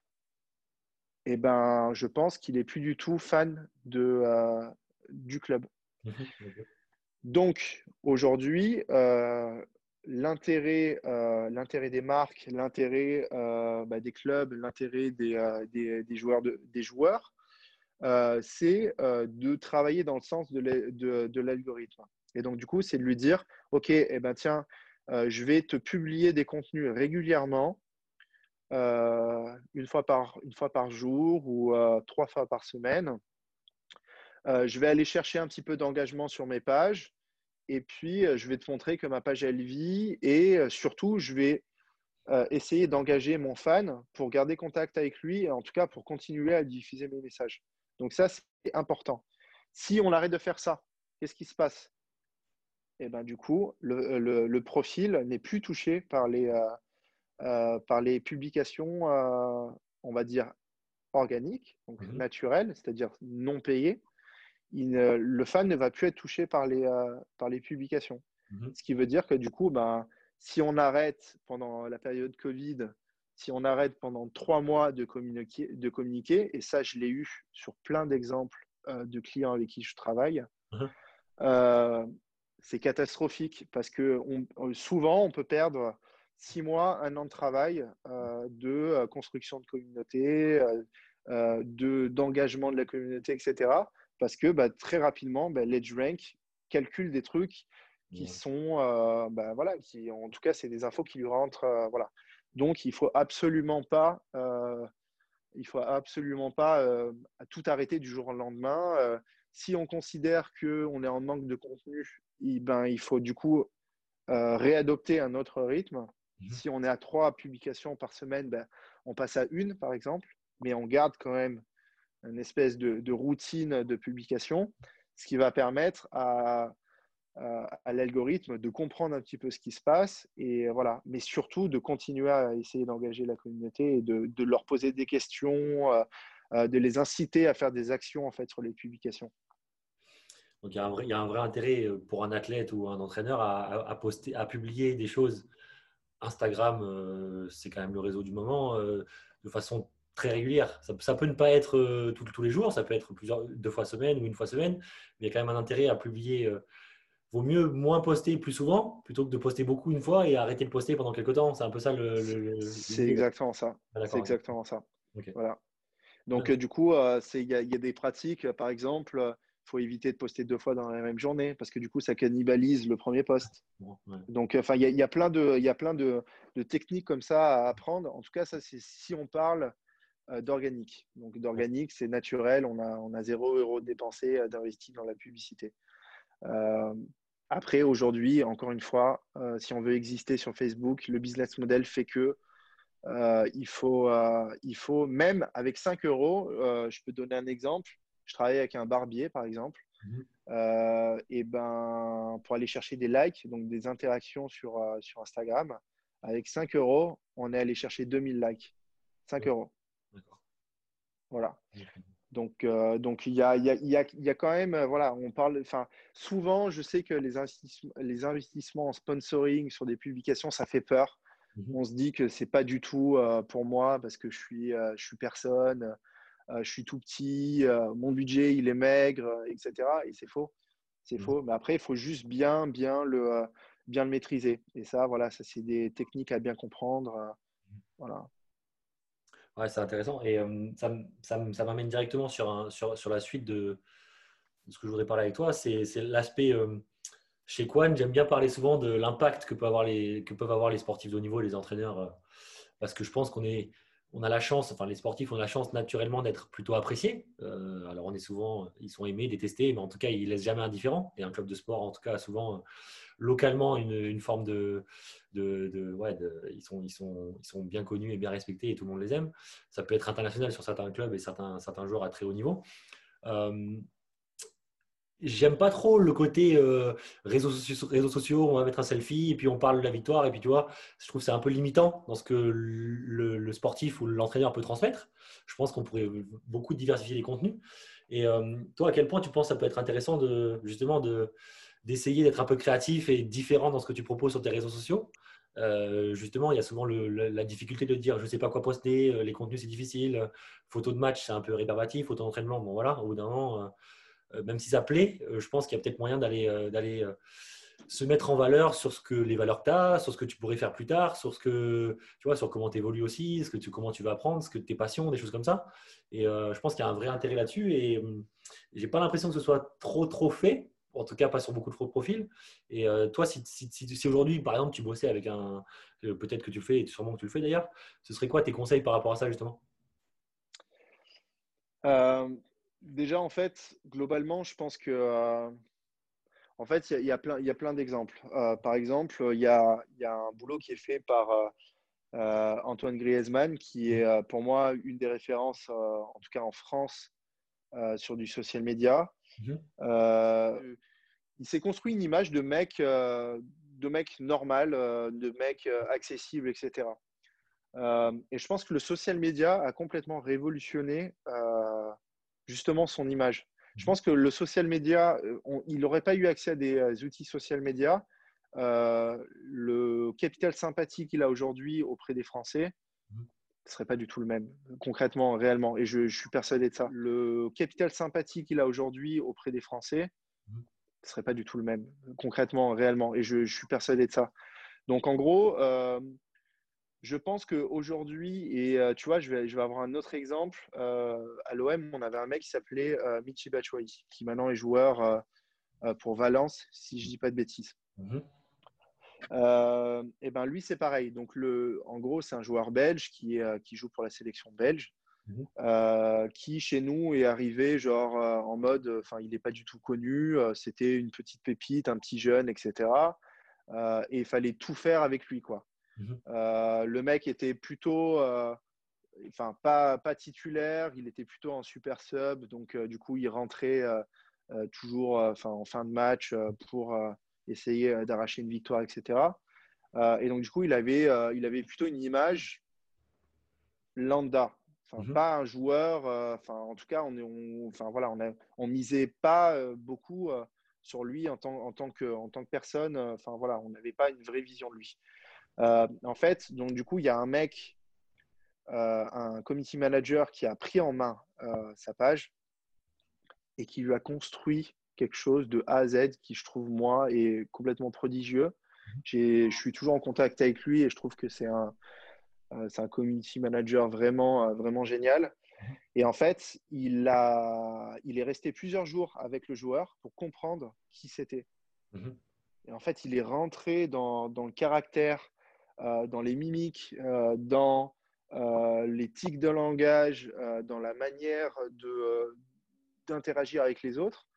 eh ben, je pense qu'il n'est plus du tout fan de, euh, du club. Mhm. Ok. Donc aujourd'hui, euh, l'intérêt, euh, l'intérêt des marques, l'intérêt euh, bah, des clubs, l'intérêt des, euh, des, des, joueurs, de, des joueurs, euh, c'est euh, de travailler dans le sens de, de, de l'algorithme. Et donc, du coup, c'est de lui dire, OK, eh ben, tiens, euh, je vais te publier des contenus régulièrement, euh, une, fois par, une fois par jour ou euh, trois fois par semaine. Euh, je vais aller chercher un petit peu d'engagement sur mes pages et puis euh, je vais te montrer que ma page, elle vit et euh, surtout, je vais euh, essayer d'engager mon fan pour garder contact avec lui et en tout cas pour continuer à diffuser mes messages. Donc ça, c'est important. Si on arrête de faire ça, qu'est-ce qui se passe? Et ben, du coup, le, le, le profil n'est plus touché par les, euh, euh, par les publications, euh, on va dire, organiques, donc Mhm. naturelles, c'est-à-dire non payées. Il ne- le fan ne va plus être touché par les, euh, par les publications. Mhm. Ce qui veut dire que du coup, ben, si on arrête pendant la période Covid, si on arrête pendant trois mois de communiquer, de communiquer, et ça, je l'ai eu sur plein d'exemples euh, de clients avec qui je travaille, Mhm. euh, c'est catastrophique parce que on- souvent, on peut perdre six mois, un an de travail euh, de euh, construction de communauté, euh, euh, de, d'engagement de la communauté, et cetera. Parce que bah, très rapidement, bah, l'EdgeRank calcule des trucs qui Ouais. sont, euh, bah, voilà, qui, en tout cas, c'est des infos qui lui rentrent. euh, voilà. Donc, il faut absolument pas, euh, il faut absolument pas euh, tout arrêter du jour au lendemain. Euh, si on considère qu'on est en manque de contenu, il, ben, il faut du coup euh, réadopter un autre rythme. Mhm. Si on est à trois publications par semaine, ben, on passe à une, par exemple, mais on garde quand même une espèce de, de routine de publication, ce qui va permettre à, à, à l'algorithme de comprendre un petit peu ce qui se passe et voilà, mais surtout de continuer à essayer d'engager la communauté et de, de leur poser des questions, euh, euh, de les inciter à faire des actions en fait sur les publications. Donc, il y a un vrai, il y a un vrai intérêt euh, pour un athlète ou un entraîneur à, à- à poster, à publier des choses. Instagram, euh, c'est quand même le réseau du moment, euh, de façon très régulière. Ça, ça peut ne pas être euh, tous tous les jours, ça peut être plusieurs, deux fois semaine ou une fois semaine, mais il y a quand même un intérêt à publier. Euh, vaut mieux moins poster plus souvent plutôt que de poster beaucoup une fois et arrêter de poster pendant quelques temps. C'est un peu ça le- le- le- C'est l'idée. exactement ça. Ah, C'est d'accord, ok. exactement ça. Ok. Voilà. Donc, euh, du coup, euh, c'est- il y, a- il y a des pratiques, euh, par exemple, il faut éviter de poster deux fois dans la même journée parce que du coup, ça cannibalise le premier post. Bon, ouais. Donc, enfin, il y a, il y a plein de, il y a plein de, de techniques comme ça à apprendre. En tout cas, ça, c'est si on parle euh, d'organique. Donc, d'organique, c'est naturel. On a, on a zéro euro dépensé euh, d'investi dans la publicité. Euh, après, aujourd'hui, encore une fois, euh, si on veut exister sur Facebook, le business model fait que euh, il faut, euh, il faut, même avec cinq euros, euh, je peux donner un exemple. Je travaille avec un barbier, par exemple. Mhm. Euh, et ben, pour aller chercher des likes, donc des interactions sur, euh, sur Instagram, avec cinq euros, on est allé chercher deux mille likes. cinq Ouais, euros. d'accord. Voilà. Ok. Donc, euh, donc il y a, il y a, il y a, il y a quand même, euh, voilà, on parle, enfin, souvent, je sais que les investissements, les investissements en sponsoring sur des publications, ça fait peur. Mhm. On se dit que c'est pas du tout euh, pour moi parce que je suis, euh, je suis personne, euh, je suis tout petit, euh, mon budget il est maigre, euh, et cetera. Et c'est faux, c'est Mhm. faux. Mais après, il faut juste bien, bien le, euh, bien le maîtriser. Et ça, voilà, ça c'est des techniques à bien comprendre. euh, voilà. Ouais, c'est intéressant. Et euh, ça, m- ça, m- ça m'amène directement sur, un, sur, sur la suite de, de ce que je voudrais parler avec toi. C'est c'est l'aspect. Euh, chez Quan, j'aime bien parler souvent de l'impact que, peut avoir les, que peuvent avoir les sportifs de haut niveau et les entraîneurs. euh, parce que je pense qu'on est, on a la chance, enfin les sportifs ont la chance naturellement d'être plutôt appréciés. Euh, alors on est souvent, ils sont aimés, détestés, mais en tout cas ils laissent jamais indifférent. Et un club de sport, en tout cas, a souvent euh, localement une, une forme de, de, de- ouais, de- ils sont, ils sont, ils sont bien connus et bien respectés et tout le monde les aime. Ça peut être international sur certains clubs et certains, certains joueurs à très haut niveau. Euh, J'aime pas trop le côté euh, réseaux, sociaux, réseaux sociaux, on va mettre un selfie et puis on parle de la victoire. Et puis tu vois, je trouve que c'est un peu limitant dans ce que le, le sportif ou l'entraîneur peut transmettre. Je pense qu'on pourrait beaucoup diversifier les contenus. Et euh, toi, à quel point tu penses que ça peut être intéressant de, justement de, d'essayer d'être un peu créatif et différent dans ce que tu proposes sur tes réseaux sociaux? Euh, justement, il y a souvent le, la, la difficulté de dire je ne sais pas quoi poster, euh, les contenus c'est difficile, euh, photo de match c'est un peu rébarbatif, photo d'entraînement, bon voilà, au bout d'un moment. Euh, euh, même si ça plaît, euh, je pense qu'il y a peut-être moyen d'aller euh, d'aller euh, se mettre en valeur sur ce que les valeurs que tu as, sur ce que tu pourrais faire plus tard, sur ce que tu vois, sur comment tu évolues aussi, ce que tu, comment tu vas apprendre, ce que tes passions, des choses comme ça. Et euh, je pense qu'il y a un vrai intérêt là-dessus. Et euh, j'ai pas l'impression que ce soit trop trop fait, en tout cas pas sur beaucoup de profils. Et euh, toi, si, si, si, si aujourd'hui, par exemple, tu bossais avec un, euh, peut-être que tu le fais, et sûrement que tu le fais d'ailleurs, ce serait quoi tes conseils par rapport à ça justement? Euh, Déjà, en fait, globalement, je pense que, euh, en fait, il y a, il y a plein, il y a plein d'exemples. Euh, par exemple, il y a, il y a un boulot qui est fait par euh, euh, Antoine Griezmann, qui est euh, pour moi une des références, euh, en tout cas en France, euh, sur du social media. Mhm. Euh, il s'est construit une image de mec, euh, de mec normal, euh, de mec euh, accessible, et cetera. Euh, et je pense que le social media a complètement révolutionné euh, justement son image. Je Mhm. pense que le social media, euh, on- il n'aurait pas eu accès à des euh, outils social media. Euh, le capital sympathie qu'il a aujourd'hui auprès des Français Mhm. ne serait pas du tout le même, concrètement, réellement. Et je, je suis persuadé de ça. Le capital sympathie qu'il a aujourd'hui auprès des Français Mhm. ne serait pas du tout le même, concrètement, réellement. Et je, je suis persuadé de ça. Donc, en gros, euh, je pense qu'aujourd'hui, et euh, tu vois, je vais, je vais avoir un autre exemple. Euh, à l'O M, on avait un mec qui s'appelait euh, Michy Batshuayi, qui maintenant est joueur euh, euh, pour Valence, si je dis pas de bêtises. Mhm. Euh, et ben lui, c'est pareil. Donc, le, en gros, c'est un joueur belge qui, est, euh, qui joue pour la sélection belge, Mhm. euh, qui chez nous est arrivé genre euh, en mode, enfin, il n'est pas du tout connu. Euh, c'était une petite pépite, un petit jeune, et cetera. Euh, et il fallait tout faire avec lui, quoi. Mhm. Euh, le mec était plutôt, euh, enfin pas, pas titulaire, il était plutôt en super sub, donc euh, du coup il rentrait euh, euh, toujours euh, enfin, en fin de match euh, pour euh, essayer euh, d'arracher une victoire, et cetera. Euh, et donc du coup il avait, euh, il avait plutôt une image lambda, enfin Mhm. pas un joueur, euh, enfin en tout cas on, on, enfin voilà on, a, on misait pas euh, beaucoup euh, sur lui en tant, en tant que, en tant que personne, euh, enfin voilà on n'avait pas une vraie vision de lui. Euh, en fait, donc du coup il y a un mec euh, un community manager qui a pris en main euh, sa page et qui lui a construit quelque chose de A à Z qui, je trouve, moi, est complètement prodigieux. J'ai, je suis toujours en contact avec lui et je trouve que c'est un, euh, c'est un community manager vraiment, euh, vraiment génial. Et en fait, il, a, il est resté plusieurs jours avec le joueur pour comprendre qui c'était. Mhm. Et en fait, il est rentré dans, dans le caractère, euh, dans les mimiques, euh, dans euh, les tics de langage, euh, dans la manière de, euh, d'interagir avec les autres.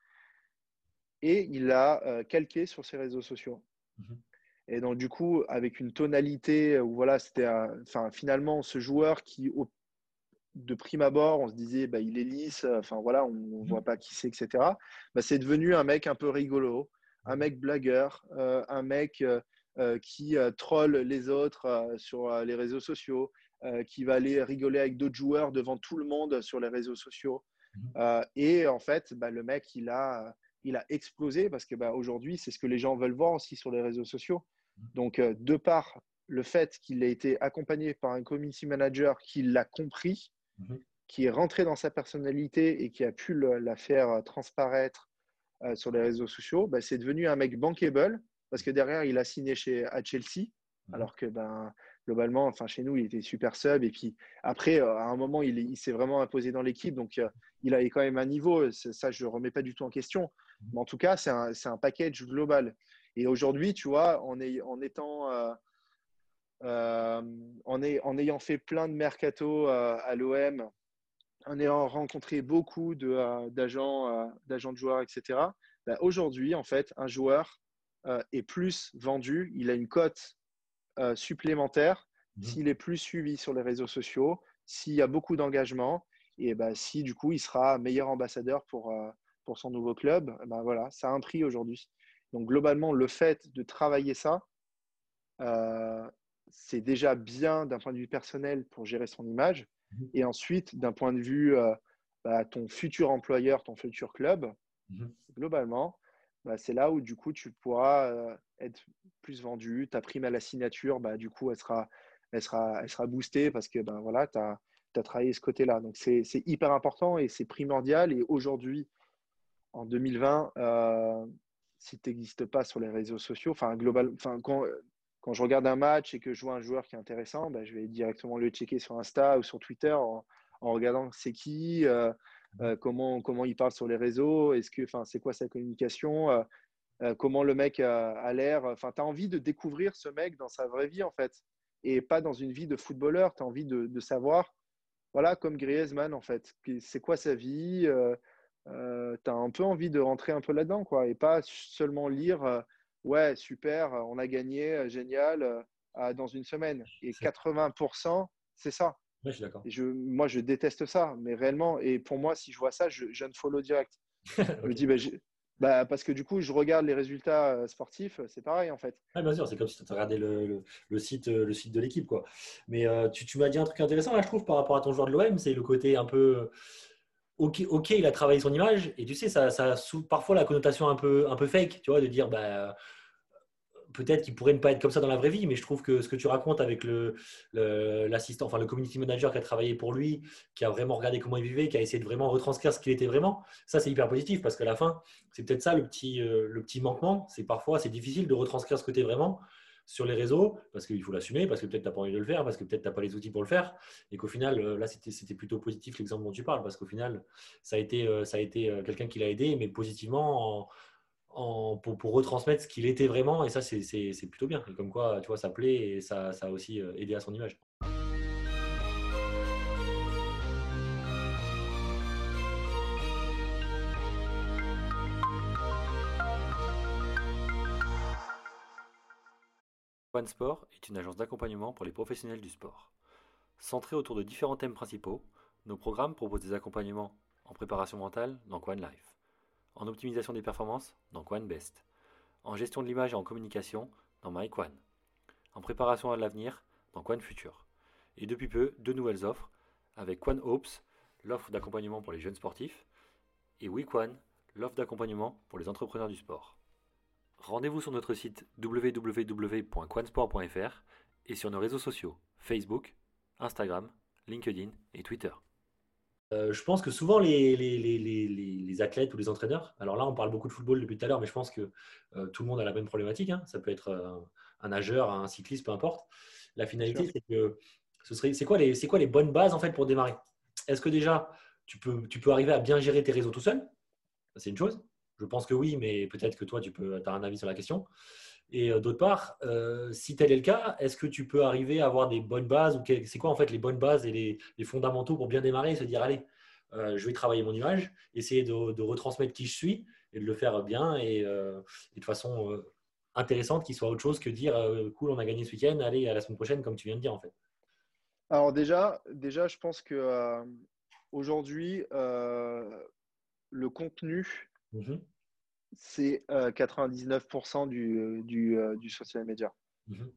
Et il a euh, calqué sur ses réseaux sociaux. Mhm. Et donc, du coup, avec une tonalité où, voilà, c'était un- enfin, finalement ce joueur qui, au, de prime abord, on se disait, bah, il est lisse, enfin, voilà, on ne voit Mhm. pas qui c'est, et cetera. Bah, c'est devenu un mec un peu rigolo, un mec blagueur, euh, un mec euh, euh, qui euh, troll les autres euh, sur euh, les réseaux sociaux, euh, qui va aller rigoler avec d'autres joueurs devant tout le monde sur les réseaux sociaux. Mhm. Euh, et en fait, bah, le mec, il a, il a explosé parce que bah, aujourd'hui, c'est ce que les gens veulent voir aussi sur les réseaux sociaux. Donc, euh, de par le fait qu'il ait été accompagné par un community manager qui l'a compris, Mhm. qui est rentré dans sa personnalité et qui a pu le, la faire transparaître euh, sur les réseaux sociaux, bah, c'est devenu un mec bankable parce que derrière, il a signé chez, à Chelsea, Mhm. alors que ben, globalement, enfin, chez nous, il était super sub. Et puis après, euh, à un moment, il, il s'est vraiment imposé dans l'équipe. Donc, euh, il avait quand même un niveau. Ça, je ne remets pas du tout en question. Mais en tout cas, c'est un, c'est un package global. Et aujourd'hui, tu vois, en, est, en étant. Euh, euh, en, est, en ayant fait plein de mercato euh, à l'O M, en ayant rencontré beaucoup de, euh, d'agents, euh, d'agents de joueurs, et cetera, bah, aujourd'hui, en fait, un joueur euh, est plus vendu, il a une cote euh, supplémentaire Mhm. s'il est plus suivi sur les réseaux sociaux, s'il y a beaucoup d'engagement, et bah, si du coup, il sera meilleur ambassadeur pour, euh, pour son nouveau club, bah, voilà, ça a un prix aujourd'hui. Donc, globalement, le fait de travailler ça, euh, c'est déjà bien d'un point de vue personnel pour gérer son image. Mhm. Et ensuite, d'un point de vue euh, bah, ton futur employeur, ton futur club, Mhm. globalement, bah, c'est là où du coup tu pourras euh, être plus vendu. Ta prime à la signature, bah, du coup, elle sera, elle sera, elle sera boostée parce que ben, voilà, tu as, as travaillé ce côté-là. Donc c'est hyper important et c'est primordial. Et aujourd'hui, en deux mille vingt, euh, si tu n'existes pas sur les réseaux sociaux, enfin, global, enfin, quand, quand je regarde un match et que je vois un joueur qui est intéressant, ben, je vais directement le checker sur Insta ou sur Twitter en, en regardant c'est qui, euh, euh, comment, comment il parle sur les réseaux, est-ce que, enfin, c'est quoi sa communication, euh, euh, comment le mec a, a l'air. Enfin, tu as envie de découvrir ce mec dans sa vraie vie, en fait, et pas dans une vie de footballeur. Tu as envie de, de savoir voilà, comme Griezmann, en fait. C'est quoi sa vie? euh, euh, Tu as un peu envie de rentrer un peu là-dedans, quoi, et pas seulement lire euh, ouais, super, on a gagné, euh, génial, euh, ah, dans une semaine. Et C'est- quatre-vingts pour cent, c'est ça. Ouais, je suis d'accord. Et je, moi, je déteste ça, mais réellement, et pour moi, si je vois ça, je, je follow direct. Je me Ok. dis, bah, j'ai- bah, parce que du coup, je regarde les résultats euh, sportifs, c'est pareil, en fait. Ouais, bien sûr, c'est comme si tu regardais le, le, le site, euh, le site de l'équipe, quoi. Mais euh, tu, tu m'as dit un truc intéressant, là, je trouve, par rapport à ton joueur de l'O M, c'est le côté un peu. Ok, ok, il a travaillé son image, et tu sais, ça, ça a sous- parfois la connotation un peu, un peu fake, tu vois, de dire, bah, peut-être qu'il pourrait ne pas être comme ça dans la vraie vie, mais je trouve que ce que tu racontes avec le, le- l'assistant, enfin le community manager qui a travaillé pour lui, qui a vraiment regardé comment il vivait, qui a essayé de vraiment retranscrire ce qu'il était vraiment, ça c'est hyper positif parce qu'à la fin, c'est peut-être ça le petit, euh, le petit manquement, c'est parfois c'est difficile de retranscrire ce que tu es vraiment sur les réseaux parce qu'il faut l'assumer, parce que peut-être tu n'as pas envie de le faire, parce que peut-être tu n'as pas les outils pour le faire, et qu'au final, euh, là c'était, c'était plutôt positif l'exemple dont tu parles, parce qu'au final, ça a été, euh, ça a été euh, quelqu'un qui l'a aidé, mais positivement en, en- pour, pour retransmettre ce qu'il était vraiment. Et ça, c'est c'est- c'est plutôt bien. Et comme quoi, tu vois, ça plaît et ça, ça a aussi euh, aidé à son image. OneSport est une agence d'accompagnement pour les professionnels du sport. Centrée autour de différents thèmes principaux, nos programmes proposent des accompagnements en préparation mentale dans One Life, en optimisation des performances dans One Best, en gestion de l'image et en communication dans MyQuan, en préparation à l'avenir dans One Future, et depuis peu deux nouvelles offres avec One Hopes, l'offre d'accompagnement pour les jeunes sportifs, et WeQuan, l'offre d'accompagnement pour les entrepreneurs du sport. Rendez-vous sur notre site w w w point quansport point f r et sur nos réseaux sociaux Facebook, Instagram, LinkedIn et Twitter. Euh, je pense que souvent, les, les, les, les, les athlètes ou les entraîneurs, alors là, on parle beaucoup de football depuis tout à l'heure, mais je pense que euh, tout le monde a la même problématique, hein. Ça peut être euh, un nageur, un cycliste, peu importe. La Bien sûr. finalité, c'est que ce serait, c'est quoi les, c'est quoi les bonnes bases en fait pour démarrer? Est-ce que déjà, tu peux, tu peux arriver à bien gérer tes réseaux tout seul? C'est une chose. Je pense que oui, mais peut-être que toi, tu peux, as un avis sur la question. Et euh, d'autre part, euh, si tel est le cas, est-ce que tu peux arriver à avoir des bonnes bases ou quel- c'est quoi en fait les bonnes bases et les, les fondamentaux pour bien démarrer et se dire allez, euh, je vais travailler mon image, essayer de, de retransmettre qui je suis et de le faire bien et, euh, et de façon euh, intéressante, qui soit autre chose que dire euh, cool, on a gagné ce week-end, allez à la semaine prochaine, comme tu viens de dire en fait. Alors déjà, déjà, je pense que euh, aujourd'hui, euh, le contenu, Mhm, c'est euh, quatre-vingt-dix-neuf pour cent du, du, euh, du social media. mhm,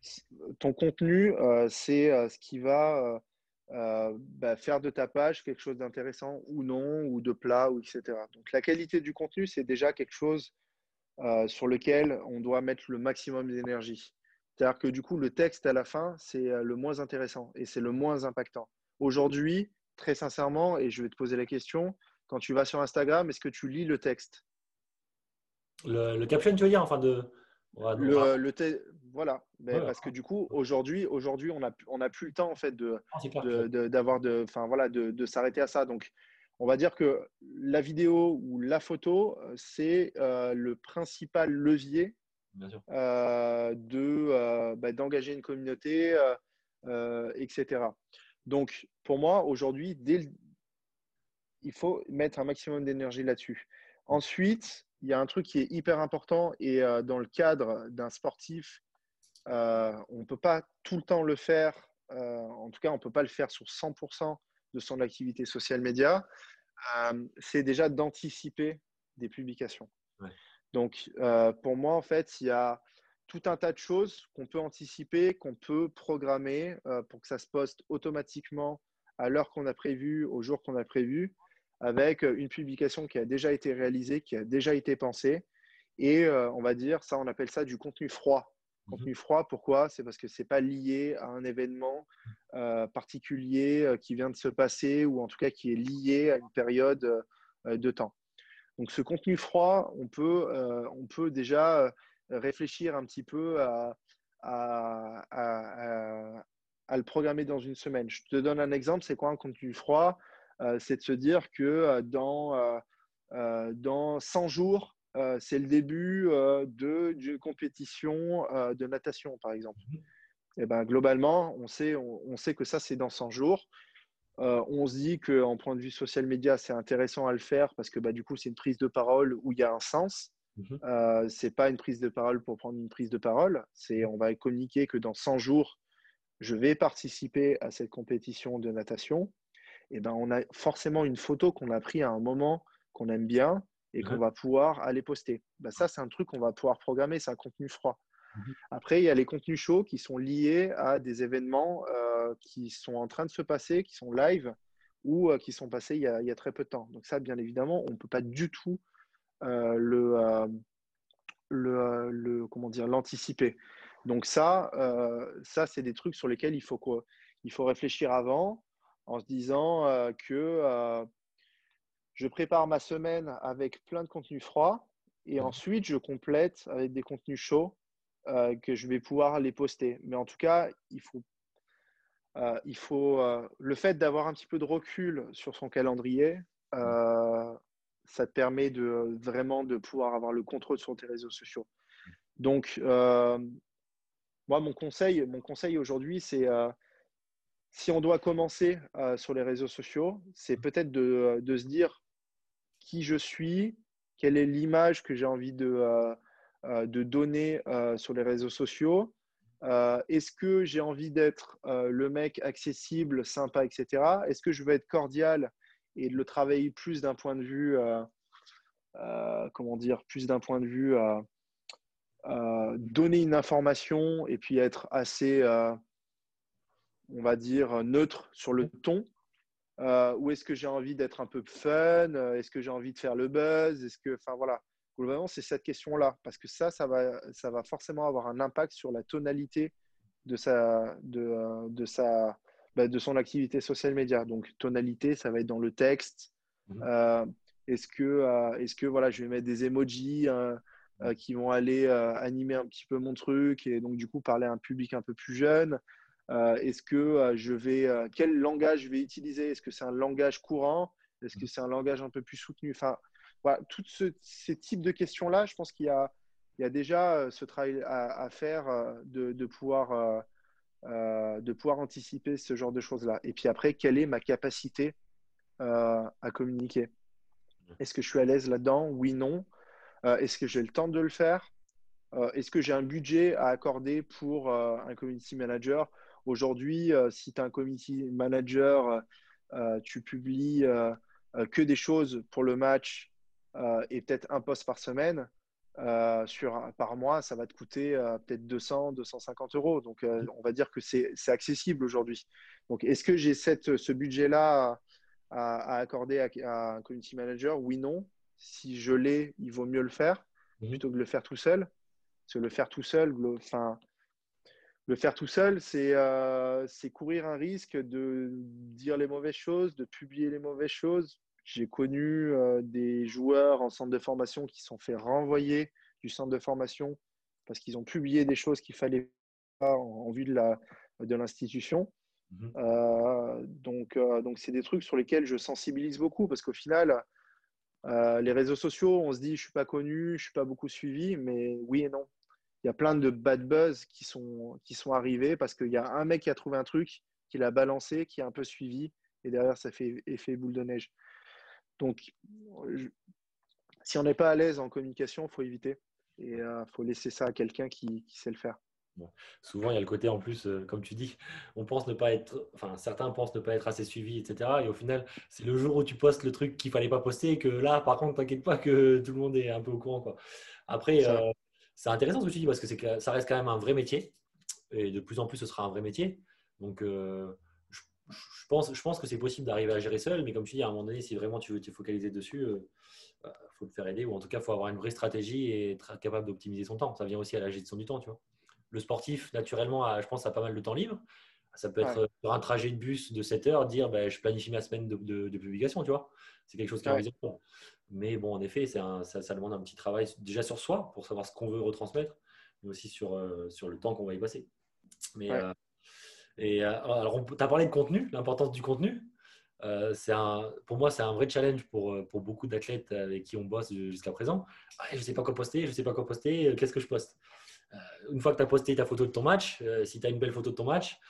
Ton contenu, euh, c'est euh, ce qui va euh, euh, bah, faire de ta page quelque chose d'intéressant ou non, ou de plat, ou et cetera. Donc la qualité du contenu, c'est déjà quelque chose euh, sur lequel on doit mettre le maximum d'énergie. C'est-à-dire que du coup, le texte à la fin, c'est euh, le moins intéressant et c'est le moins impactant. Aujourd'hui, très sincèrement, et je vais te poser la question, quand tu vas sur Instagram, est-ce que tu lis le texte? Le, le caption, tu veux dire, enfin de. Ouais, non, Le, le te- Voilà. ouais, Mais ouais, parce que du coup, aujourd'hui, aujourd'hui, on a, on a plus le temps en fait de, non, c'est clair. de, de- d'avoir de, enfin voilà, de, de s'arrêter à ça. Donc, on va dire que la vidéo ou la photo, euh, c'est euh, le principal levier Bien sûr. euh, de, euh, bah, d'engager une communauté, euh, euh, et cetera. Donc, pour moi, aujourd'hui, dès le- il faut mettre un maximum d'énergie là-dessus. Ensuite, il y a un truc qui est hyper important et euh, dans le cadre d'un sportif, euh, on ne peut pas tout le temps le faire. Euh, en tout cas, on ne peut pas le faire sur cent pour cent de son activité social média. Euh, c'est déjà d'anticiper des publications. Ouais. Donc, euh, pour moi, en fait, il y a tout un tas de choses qu'on peut anticiper, qu'on peut programmer euh, pour que ça se poste automatiquement à l'heure qu'on a prévue, au jour qu'on a prévu, avec une publication qui a déjà été réalisée, qui a déjà été pensée. Et euh, on va dire, ça, on appelle ça du contenu froid. Mhm. Contenu froid, pourquoi? C'est parce que ce n'est pas lié à un événement euh, particulier euh, qui vient de se passer ou en tout cas qui est lié à une période euh, de temps. Donc ce contenu froid, on peut, euh, on peut déjà euh, réfléchir un petit peu à, à, à, à, à le programmer dans une semaine. Je te donne un exemple, c'est quoi un contenu froid? Euh, c'est de se dire que euh, dans, euh, euh, dans cent jours, euh, c'est le début euh, de, d'une compétition euh, de natation, par exemple. Et ben, globalement, on sait, on, on sait que ça, c'est dans cent jours. Euh, on se dit qu'en point de vue social media, c'est intéressant à le faire parce que bah, du coup, c'est une prise de parole où il y a un sens. Mhm. Euh, c'est pas une prise de parole pour prendre une prise de parole. C'est on va communiquer que dans cent jours, je vais participer à cette compétition de natation. Et ben, on a forcément une photo qu'on a prise à un moment qu'on aime bien et qu'on Mhm. va pouvoir aller poster. Ben, ça, c'est un truc qu'on va pouvoir programmer, c'est un contenu froid. Mhm. Après, il y a les contenus chauds qui sont liés à des événements euh, qui sont en train de se passer, qui sont live ou euh, qui sont passés il y, a, il y a très peu de temps. Donc ça, bien évidemment, on ne peut pas du tout euh, le, euh, le, euh, le, comment dire, l'anticiper. Donc ça, euh, ça c'est des trucs sur lesquels il faut, quoi, il faut réfléchir avant en se disant euh, que euh, je prépare ma semaine avec plein de contenus froids et Mhm. ensuite je complète avec des contenus chauds euh, que je vais pouvoir les poster. Mais en tout cas, il faut, euh, il faut euh, le fait d'avoir un petit peu de recul sur son calendrier, euh, ça te permet de vraiment de pouvoir avoir le contrôle sur tes réseaux sociaux. Donc, euh, moi, mon conseil, mon conseil aujourd'hui, c'est euh, si on doit commencer euh, sur les réseaux sociaux, c'est peut-être de, de se dire qui je suis, quelle est l'image que j'ai envie de, euh, euh, de donner euh, sur les réseaux sociaux. Euh, est-ce que j'ai envie d'être euh, le mec accessible, sympa, et cetera. Est-ce que je veux être cordial et de le travailler plus d'un point de vue, euh, euh, comment dire, plus d'un point de vue, euh, euh, donner une information et puis être assez, euh, on va dire, neutre sur le ton. Euh, ou est-ce que j'ai envie d'être un peu fun? Est-ce que j'ai envie de faire le buzz? Est-ce que, enfin voilà, globalement, c'est cette question-là, parce que ça, ça va, ça va forcément avoir un impact sur la tonalité de sa, de, euh, de sa, bah, de son activité social media. Donc, tonalité, ça va être dans le texte. Mhm. Euh, est-ce que, euh, est-ce que, voilà, je vais mettre des emojis euh, euh, qui vont aller euh, animer un petit peu mon truc et donc du coup parler à un public un peu plus jeune. Euh, est-ce que euh, je vais, euh, quel langage je vais utiliser? Est-ce que c'est un langage courant? Est-ce que c'est un langage un peu plus soutenu? Enfin, voilà, tous ce, ces types de questions-là, je pense qu'il y a, il y a déjà euh, ce travail à, à faire euh, de, de, pouvoir, euh, euh, de pouvoir anticiper ce genre de choses-là. Et puis après, quelle est ma capacité euh, à communiquer? Est-ce que je suis à l'aise là-dedans? Oui, non. Euh, est-ce que j'ai le temps de le faire? Euh, est-ce que j'ai un budget à accorder pour euh, un community manager? Aujourd'hui, euh, si tu es un community manager, euh, tu publies euh, euh, que des choses pour le match euh, et peut-être un post par semaine. Euh, sur, par mois, ça va te coûter euh, peut-être deux cents, deux cent cinquante euros. Donc, euh, on va dire que c'est c'est accessible aujourd'hui. Donc, est-ce que j'ai cette, ce budget-là à, à accorder à, à un community manager? Oui, non. Si je l'ai, il vaut mieux le faire Mhm. plutôt que de le faire tout seul. Parce que le faire tout seul, le, enfin, le faire tout seul, c'est euh, c'est courir un risque de dire les mauvaises choses, de publier les mauvaises choses. J'ai connu euh, des joueurs en centre de formation qui se sont fait renvoyer du centre de formation parce qu'ils ont publié des choses qu'il fallait pas en, en vue de la de l'institution. Mhm. Euh, donc, euh, donc c'est des trucs sur lesquels je sensibilise beaucoup parce qu'au final, euh, les réseaux sociaux, on se dit je suis pas connu, je suis pas beaucoup suivi, mais oui et non. Il y a plein de bad buzz qui sont, qui sont arrivés parce qu'il y a un mec qui a trouvé un truc, qui l'a balancé, qui a un peu suivi, et derrière, ça fait effet boule de neige. Donc, je- si on n'est pas à l'aise en communication, il faut éviter. Et il euh, faut laisser ça à quelqu'un qui, qui sait le faire. Bon. Souvent, il y a le côté en plus, euh, comme tu dis, on pense ne pas être, enfin, certains pensent ne pas être assez suivis, et cetera. Et au final, c'est le jour où tu postes le truc qu'il fallait pas poster que là, par contre, t'inquiète pas que tout le monde est un peu au courant, quoi. C'est Après, ça. euh, c'est intéressant ce que tu dis parce que c'est que ça reste quand même un vrai métier et de plus en plus, ce sera un vrai métier. Donc, euh, je, je pense, je pense que c'est possible d'arriver à gérer seul, mais comme tu dis, à un moment donné, si vraiment tu veux te focaliser dessus, euh, bah, faut te faire aider ou en tout cas, il faut avoir une vraie stratégie et être capable d'optimiser son temps. Ça vient aussi à la gestion du temps, tu vois. Le sportif, naturellement, a, je pense, a pas mal de temps libre. Ça peut Ouais, être sur un trajet de bus de sept heures, dire ben, je planifie ma semaine de, de- de publication, tu vois. C'est quelque chose qui est ouais, envisageable. Mais bon, en effet, c'est un- ça, ça demande un petit travail déjà sur soi pour savoir ce qu'on veut retransmettre, mais aussi sur, euh, sur le temps qu'on va y passer. Mais, ouais. euh, et, euh, alors, tu as parlé de contenu, l'importance du contenu. Euh, c'est un, pour moi, c'est un vrai challenge pour, euh, pour beaucoup d'athlètes avec qui on bosse jusqu'à présent. Ah, je ne sais pas quoi poster, je ne sais pas quoi poster, euh, qu'est-ce que je poste? Euh, Une fois que tu as posté ta photo de ton match, euh, si tu as une belle photo de ton match,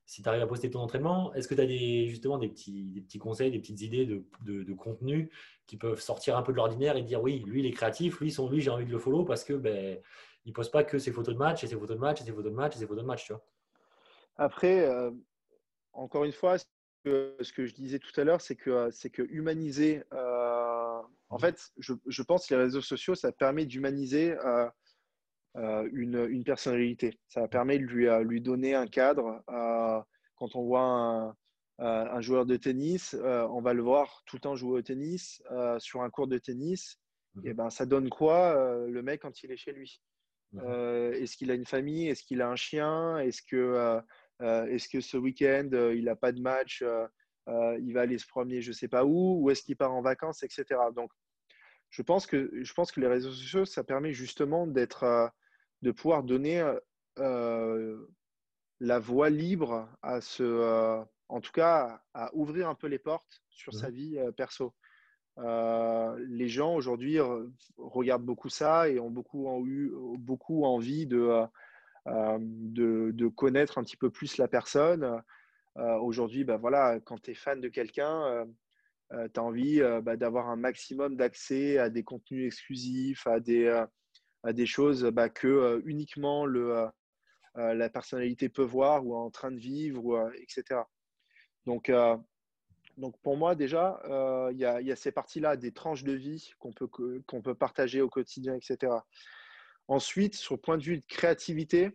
si tu arrives à poster ton entraînement, est-ce que tu as des, justement des petits, des petits conseils, des petites idées de, de, de contenu qui peuvent sortir un peu de l'ordinaire et dire oui, lui il est créatif, lui, son, lui j'ai envie de le follow parce que ben, il ne poste pas que ses photos de match et ses photos de match et ses photos de match et ses photos de match, tu vois. Après, euh, encore une fois, ce que, ce que je disais tout à l'heure, c'est que, c'est que humaniser, euh, en fait, je, je pense que les réseaux sociaux, ça permet d'humaniser euh, euh, une, une personnalité. Ça permet de lui, euh, lui donner un cadre. Euh, quand on voit un, euh, un joueur de tennis, euh, on va le voir tout le temps jouer au tennis, euh, sur un court de tennis. Et Mhm. ben, ça donne quoi, euh, le mec quand il est chez lui? Mhm. Euh, est-ce qu'il a une famille? Est-ce qu'il a un chien? Est-ce que, euh, euh, est-ce que ce week-end, euh, il n'a pas de match? euh, euh, il va aller se promener je ne sais pas où? Ou est-ce qu'il part en vacances, et cetera. Donc, je pense que, je pense que les réseaux sociaux, ça permet justement d'être, euh, de pouvoir donner euh, la voie libre à ce, euh, en tout cas, à ouvrir un peu les portes sur sa Mhm. vie euh, perso. Euh, les gens aujourd'hui re- regardent beaucoup ça et ont beaucoup, ont eu beaucoup envie de, euh, euh, de, de connaître un petit peu plus la personne. Euh, aujourd'hui, bah, voilà, quand tu es fan de quelqu'un, euh, euh, tu as envie euh, bah, d'avoir un maximum d'accès à des contenus exclusifs, à des, euh, à des choses bah, que euh, uniquement le, euh, euh, la personnalité peut voir ou est en train de vivre, ou, euh, et cetera. Donc, euh, donc pour moi, déjà, euh, il y a, il y a ces parties-là, des tranches de vie qu'on peut, que- qu'on peut partager au quotidien, et cetera. Ensuite, sur le point de vue de créativité,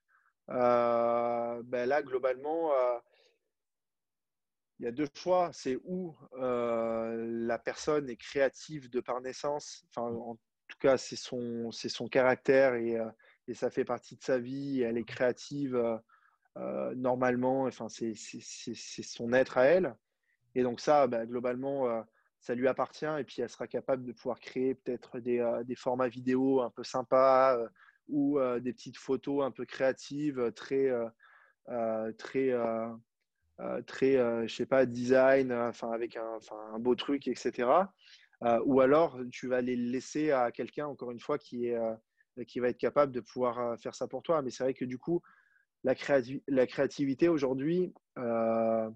euh, ben là, globalement, euh, il y a deux choix. C'est où euh, la personne est créative de par naissance. Enfin, en tout cas, c'est son, c'est son caractère et, euh, et ça fait partie de sa vie. Et elle est créative euh, euh, normalement. Enfin, c'est, c'est, c'est, c'est son être à elle. Et donc ça, bah, globalement, euh, ça lui appartient. Et puis, elle sera capable de pouvoir créer peut-être des, euh, des formats vidéo un peu sympas euh, ou euh, des petites photos un peu créatives, très, euh, euh, très, euh, euh, très, euh, je sais pas, design, euh, enfin avec un, enfin, un beau truc, et cetera. Euh, ou alors, tu vas les laisser à quelqu'un, encore une fois, qui est, euh, qui va être capable de pouvoir euh, faire ça pour toi. Mais c'est vrai que du coup, la, créati- la créativité aujourd'hui, euh,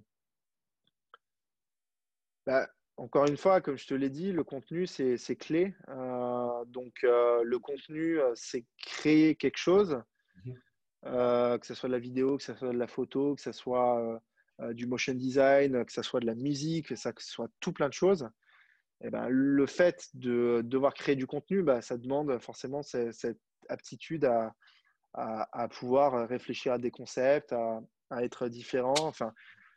bah, encore une fois, comme je te l'ai dit, le contenu, c'est c'est clé. Euh, donc, euh, le contenu, euh, c'est créer quelque chose, Mhm. euh, que ce soit de la vidéo, que ce soit de la photo, que ce soit euh, euh, du motion design, que ce soit de la musique, que ça, que ce soit tout plein de choses. Et ben, le fait de devoir créer du contenu, bah, ça demande forcément cette, cette aptitude à, à, à pouvoir réfléchir à des concepts, à, à être différent. Enfin,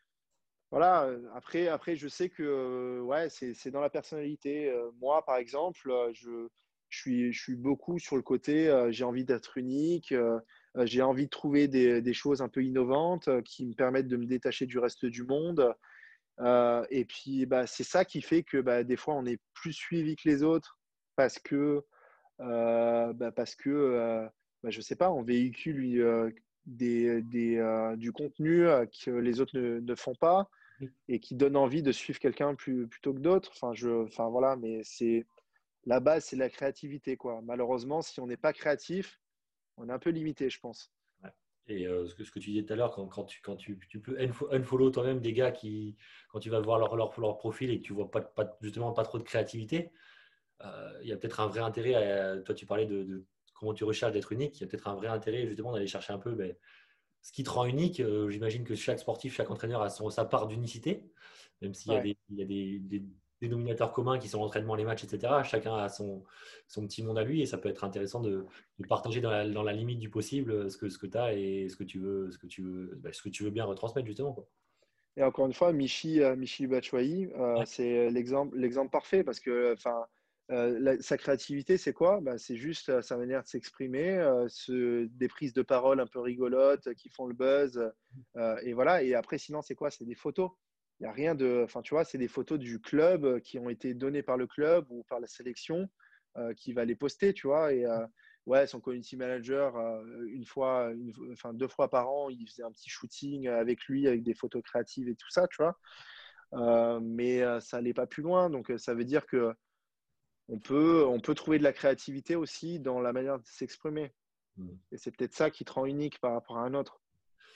voilà, euh, après, après, je sais que euh, ouais, c'est, c'est dans la personnalité. Euh, moi, par exemple, euh, je, je suis, je suis beaucoup sur le côté, euh, j'ai envie d'être unique, euh, euh, j'ai envie de trouver des, des choses un peu innovantes euh, qui me permettent de me détacher du reste du monde. Euh, et puis, bah, c'est ça qui fait que bah, des fois, on est plus suivi que les autres parce que, euh, bah, parce que euh, bah, je sais pas, on véhicule euh, des, des, euh, du contenu euh, que les autres ne, ne font pas et qui donne envie de suivre quelqu'un plus, plutôt que d'autres. Enfin, je, enfin, voilà, mais c'est la base, c'est la créativité, quoi. Malheureusement, si on n'est pas créatif, on est un peu limité, je pense. Ouais. Et euh, ce, que, ce que tu disais tout à l'heure, quand, quand, tu, quand tu, tu peux unfo- unfollow toi-même des gars qui, quand tu vas voir leur, leur, leur profil et que tu vois pas, pas, justement pas trop de créativité, euh, il y a peut-être un vrai intérêt. À, toi, tu parlais de, de comment tu recherches d'être unique. Il y a peut-être un vrai intérêt justement d'aller chercher un peu ben, ce qui te rend unique. Euh, j'imagine que chaque sportif, chaque entraîneur a son, sa part d'unicité, même s'il y a Ouais. des, il y a des, des dénominateurs communs qui sont l'entraînement, les matchs, et cetera. Chacun a son, son petit monde à lui et ça peut être intéressant de, de partager dans la, dans la limite du possible ce que, ce que tu as et ce que tu veux, ce que tu veux, bah, ce que tu veux bien retransmettre justement, quoi. Et encore une fois, Michi, euh, Michi Batshuayi, euh, Ouais. c'est l'exemple, l'exemple parfait parce que, enfin, euh, la- sa créativité, c'est quoi? Bah, c'est juste euh, sa manière de s'exprimer, euh, ce- des prises de parole un peu rigolotes euh, qui font le buzz, euh, et voilà. Et après, sinon, c'est quoi? C'est des photos. Il n'y a rien de, enfin, tu vois, c'est des photos du club euh, qui ont été données par le club ou par la sélection euh, qui va les poster, tu vois. Et euh, ouais, son community manager, euh, une fois, une, enfin deux fois par an, il faisait un petit shooting avec lui, avec des photos créatives et tout ça, tu vois. Euh, mais euh, ça n'allait pas plus loin. Donc, euh, ça veut dire que on peut, on peut trouver de la créativité aussi dans la manière de s'exprimer. Mm. Et c'est peut-être ça qui te rend unique par rapport à un autre.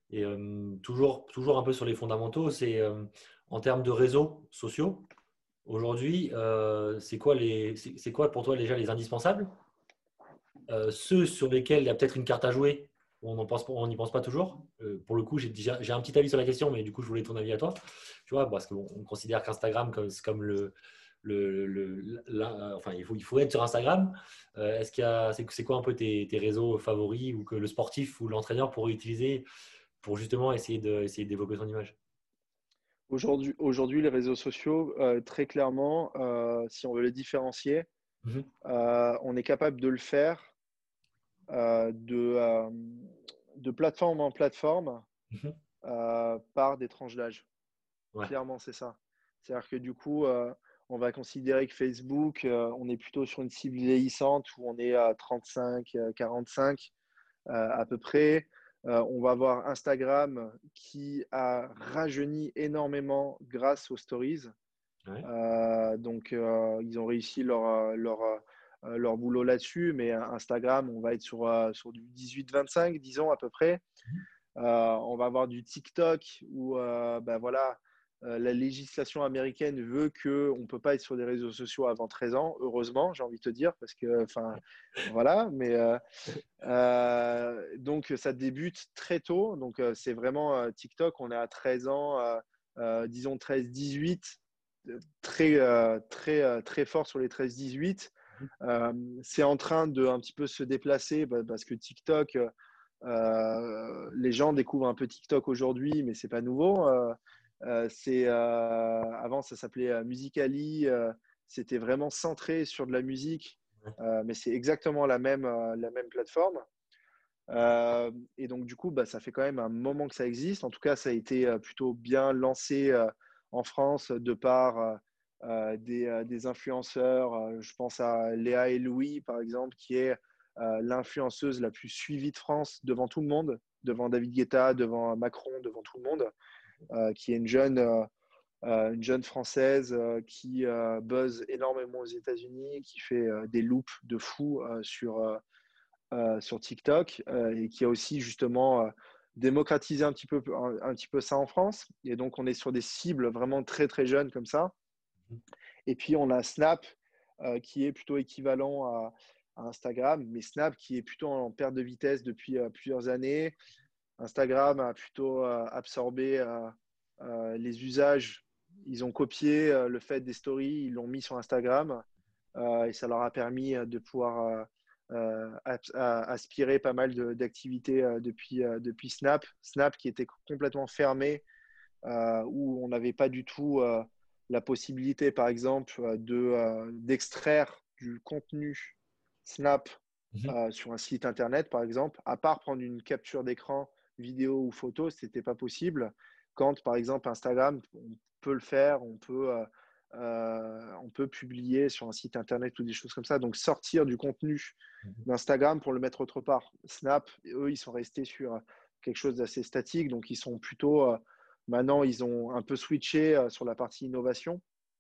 Et euh, toujours, toujours un peu sur les fondamentaux, c'est euh, en termes de réseaux sociaux. Aujourd'hui, euh, c'est quoi les, c'est c'est quoi pour toi déjà les indispensables? Euh, ceux sur lesquels il y a peut-être une carte à jouer, on n'en pense pas- on n'y pense pas toujours. Euh, pour le coup, j'ai déjà, j'ai un petit avis sur la question, mais du coup, je voulais ton avis à toi. Tu vois, parce qu'on on considère qu'Instagram comme, c'est comme le, le, le- la- enfin, il faut, il faut être sur Instagram. Euh, est-ce qu'il y a, c'est, c'est quoi un peu tes, tes réseaux favoris ou que le sportif ou l'entraîneur pourrait utiliser pour justement essayer de, essayer de développer son image? Aujourd'hui, aujourd'hui, les réseaux sociaux, euh, très clairement, euh, si on veut les différencier, Mhm, euh, on est capable de le faire euh, de, euh, de plateforme en plateforme mhm. euh, par des tranches d'âge. Ouais, Clairement, c'est ça. C'est-à-dire que du coup, euh, on va considérer que Facebook, euh, on est plutôt sur une cible vieillissante où on est à trente-cinq, euh, quarante-cinq euh, à peu près. Euh, on va avoir Instagram qui a rajeuni énormément grâce aux stories. ouais. Euh, donc, euh, ils ont réussi leur, euh, leur, euh, leur boulot là-dessus. Mais Instagram, on va être sur, euh, sur du dix-huit vingt-cinq, disons à peu près. Mhm. Euh, on va avoir du TikTok où euh, ben voilà, euh, la législation américaine veut qu'on ne peut pas être sur des réseaux sociaux avant treize ans. Heureusement, j'ai envie de te dire, parce que, enfin, voilà. Mais euh, euh, donc, ça débute très tôt. Donc, euh, c'est vraiment euh, TikTok. On est à treize ans, euh, euh, disons treize dix-huit, euh, très, euh, très, euh, très fort sur les treize dix-huit. Euh, c'est en train de un petit peu se déplacer bah, parce que TikTok, euh, les gens découvrent un peu TikTok aujourd'hui, mais c'est pas nouveau. Euh, euh, c'est euh, avant ça s'appelait euh, Musical.ly. Euh, c'était vraiment centré sur de la musique, euh, mais c'est exactement la même euh, la même plateforme. Euh, et donc du coup, bah, ça fait quand même un moment que ça existe. En tout cas, ça a été euh, plutôt bien lancé euh, en France de par euh, euh, des, euh, des influenceurs. Euh, je pense à Léa et Louis, par exemple, qui est euh, l'influenceuse la plus suivie de France devant tout le monde, devant David Guetta, devant Macron, devant tout le monde, euh, qui est une jeune, euh, euh, une jeune française euh, qui euh, buzz énormément aux États-Unis, qui fait euh, des loops de fou euh, sur, euh, euh, sur TikTok euh, et qui a aussi justement euh, démocratisé un petit peu, un, un petit peu ça en France. Et donc, on est sur des cibles vraiment très, très jeunes comme ça. Et puis, on a Snap euh, qui est plutôt équivalent à, à Instagram, mais Snap qui est plutôt en perte de vitesse depuis euh, plusieurs années. Instagram a plutôt euh, absorbé euh, euh, les usages. Ils ont copié euh, le fait des stories, ils l'ont mis sur Instagram euh, et ça leur a permis euh, de pouvoir euh, euh, aspirer pas mal d'activités euh, depuis, euh, depuis Snap. Snap qui était complètement fermé, euh, où on n'avait pas du tout euh, la possibilité, par exemple, euh, de, euh, d'extraire du contenu Snap Mhm. euh, sur un site internet, par exemple, à part prendre une capture d'écran, vidéo ou photo, ce n'était pas possible. Quand, par exemple, Instagram, on peut le faire, on peut, euh, euh, on peut publier sur un site internet ou des choses comme ça. Donc, sortir du contenu Mhm. d'Instagram pour le mettre autre part. Snap, eux, ils sont restés sur quelque chose d'assez statique. Donc, ils sont plutôt, euh, maintenant, ils ont un peu switché euh, sur la partie innovation.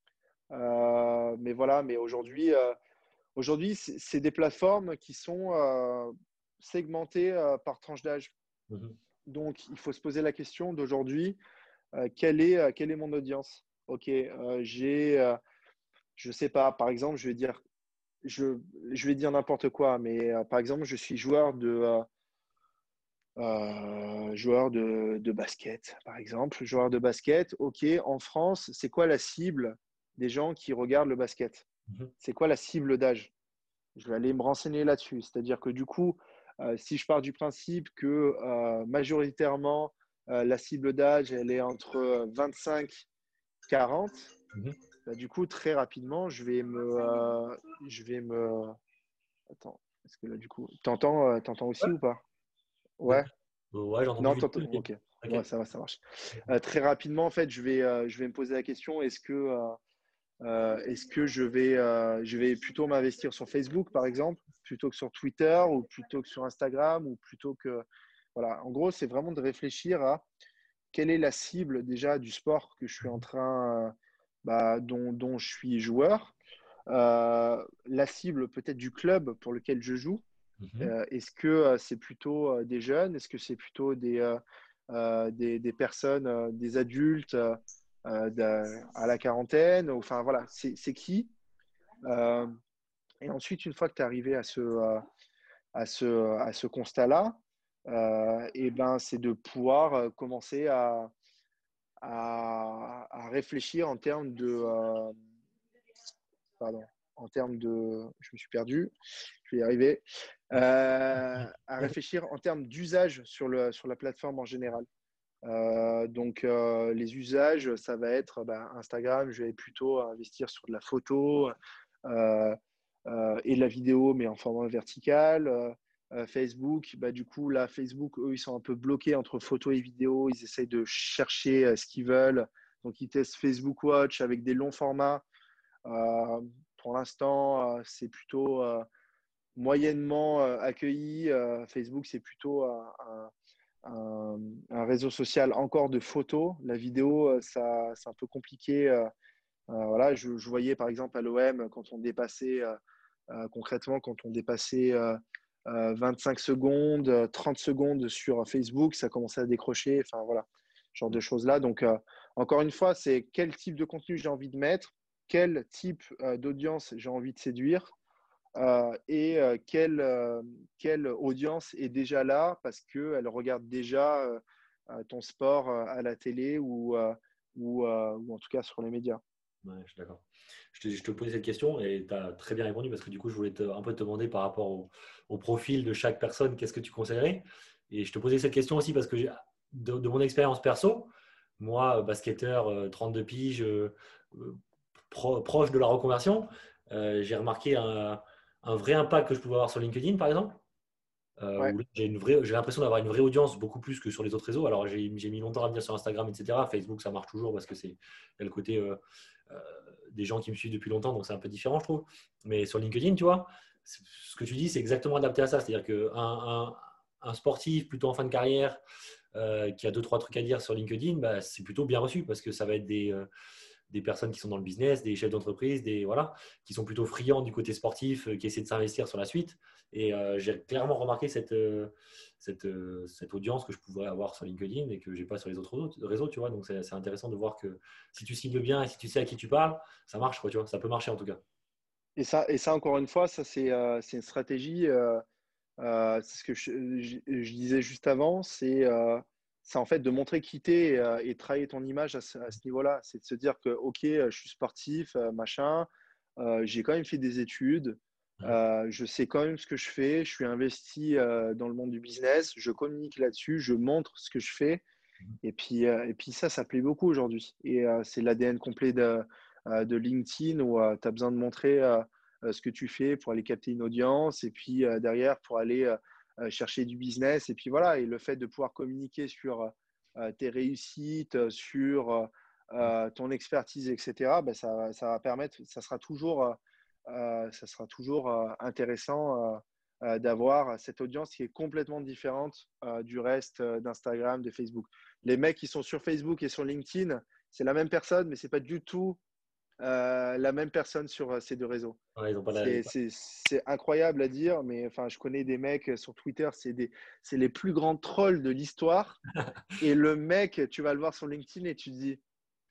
Euh, mais voilà, mais aujourd'hui, euh, aujourd'hui, c'est des plateformes qui sont euh, segmentées euh, par tranche d'âge. Mhm. Donc, il faut se poser la question d'aujourd'hui, euh, quelle est, euh, quelle est mon audience? Ok, euh, j'ai, euh, je sais pas, par exemple, je vais dire, je, je vais dire n'importe quoi, mais euh, par exemple, je suis joueur de, euh, euh, joueur de, de basket, par exemple, joueur de basket. Ok, en France, c'est quoi la cible des gens qui regardent le basket? Mhm. C'est quoi la cible d'âge? Je vais aller me renseigner là-dessus. C'est-à-dire que du coup, euh, si je pars du principe que euh, majoritairement, euh, la cible d'âge, elle est entre vingt-cinq et quarante, Mhm. bah, du coup, très rapidement, je vais me... euh, je vais me... Attends, est-ce que là, du coup... T'entends, euh, t'entends aussi Ouais, ou pas? oui. Ouais. Ouais, j'ai entendu Non, vite. t'entends... Ok. Ok. Ouais, Ok. ça va, ça marche. Euh, très rapidement, en fait, je vais, euh, je vais me poser la question, est-ce que... euh, Euh, est-ce que je vais, euh, je vais plutôt m'investir sur Facebook, par exemple, plutôt que sur Twitter, ou plutôt que sur Instagram, ou plutôt que... Voilà, en gros, c'est vraiment de réfléchir à quelle est la cible déjà du sport que je suis en train, euh, bah, dont, dont je suis joueur, euh, la cible peut-être du club pour lequel je joue. Mhm. Euh, est-ce que euh, c'est plutôt euh, des jeunes? Est-ce que c'est plutôt des, euh, euh, des, des personnes, euh, des adultes euh, à la quarantaine. Enfin, voilà, c'est, c'est qui euh, Et ensuite, une fois que tu es arrivé à ce, euh, à ce, à ce constat-là, euh, et ben, c'est de pouvoir commencer à, à, à réfléchir en termes de… Euh, pardon, en termes de… Je me suis perdu, je vais y arriver. Euh, à réfléchir en termes d'usage sur, le, sur la plateforme en général. Euh, donc, euh, les usages, ça va être bah, Instagram, je vais plutôt investir sur de la photo euh, euh, et de la vidéo, mais en format vertical. Euh, Facebook, bah, du coup, là, Facebook, eux, ils sont un peu bloqués entre photo et vidéo. Ils essayent de chercher euh, ce qu'ils veulent. Donc, ils testent Facebook Watch avec des longs formats. Euh, pour l'instant, euh, c'est plutôt euh, moyennement euh, accueilli. Euh, Facebook, c'est plutôt un, un un, un réseau social encore de photos. La vidéo, ça, c'est un peu compliqué. Euh, euh, voilà, je, je voyais par exemple à l'O M quand on dépassait euh, euh, concrètement quand on dépassait euh, euh, vingt-cinq secondes, trente secondes sur Facebook, ça commençait à décrocher. Enfin voilà, ce genre de choses là. Donc euh, encore une fois, c'est quel type de contenu j'ai envie de mettre, quel type euh, d'audience j'ai envie de séduire. Euh, et euh, quelle, euh, quelle audience est déjà là parce qu'elle regarde déjà euh, ton sport euh, à la télé ou, euh, ou, euh, ou en tout cas sur les médias. Ouais, je suis d'accord. Je te, je te posais cette question et tu as très bien répondu parce que du coup, je voulais te, un peu te demander par rapport au, au profil de chaque personne, qu'est-ce que tu conseillerais? Et je te posais cette question aussi parce que j'ai- de, de mon expérience perso, moi, basketteur, euh, trente-deux piges, euh, pro- proche de la reconversion, euh, j'ai remarqué un, un vrai impact que je pouvais avoir sur LinkedIn, par exemple. Euh, Ouais. où là, j'ai une vraie, j'ai l'impression d'avoir une vraie audience beaucoup plus que sur les autres réseaux. Alors, j'ai, j'ai mis longtemps à venir sur Instagram, et cetera. Facebook, ça marche toujours parce que c'est il y a le côté euh, euh, des gens qui me suivent depuis longtemps, donc c'est un peu différent, je trouve. Mais sur LinkedIn, tu vois, ce que tu dis, c'est exactement adapté à ça. C'est-à-dire qu'un un, un sportif plutôt en fin de carrière euh, qui a deux, trois trucs à dire sur LinkedIn, bah, c'est plutôt bien reçu parce que ça va être des, euh, des personnes qui sont dans le business, des chefs d'entreprise, des, voilà, qui sont plutôt friands du côté sportif, euh, qui essaient de s'investir sur la suite. Et euh, j'ai clairement remarqué cette, euh, cette, euh, cette audience que je pourrais avoir sur LinkedIn et que je n'ai pas sur les autres réseaux, tu vois. Donc, c'est, c'est intéressant de voir que si tu cibles bien et si tu sais à qui tu parles, ça marche, quoi, tu vois. Ça peut marcher en tout cas. Et ça, et ça encore une fois, ça c'est euh, c'est une stratégie. Euh, euh, c'est ce que je, je- je disais juste avant. C'est euh, c'est en fait de montrer qui t'es et, euh, et travailler ton image à ce, à ce niveau-là. C'est de se dire que ok, je suis sportif, euh, machin. Euh, j'ai quand même fait des études. Mhm. Euh, je sais quand même ce que je fais. Je suis investi euh, dans le monde du business. Je communique là-dessus. Je montre ce que je fais. Et puis, euh, et puis ça, ça plaît beaucoup aujourd'hui. Et euh, c'est l'A D N complet de, euh, de LinkedIn où euh, tu as besoin de montrer euh, euh, ce que tu fais pour aller capter une audience et puis euh, derrière pour aller euh, euh, chercher du business. Et puis voilà, et le fait de pouvoir communiquer sur euh, tes réussites, euh, sur euh, euh, ton expertise, et cetera, ben ça, ça va permettre, ça sera toujours, euh, euh, ça sera toujours euh, intéressant. Euh, euh, d'avoir cette audience qui est complètement différente euh, du reste euh, d'Instagram, de Facebook. Les mecs qui sont sur Facebook et sur LinkedIn, c'est la même personne, mais c'est pas du tout euh, la même personne sur euh, ces deux réseaux. Ouais, ils ont pas la... C'est, c'est, c'est incroyable à dire, mais enfin, je connais des mecs sur Twitter, c'est, des, c'est les plus grands trolls de l'histoire. Et le mec, tu vas le voir sur LinkedIn et tu te dis,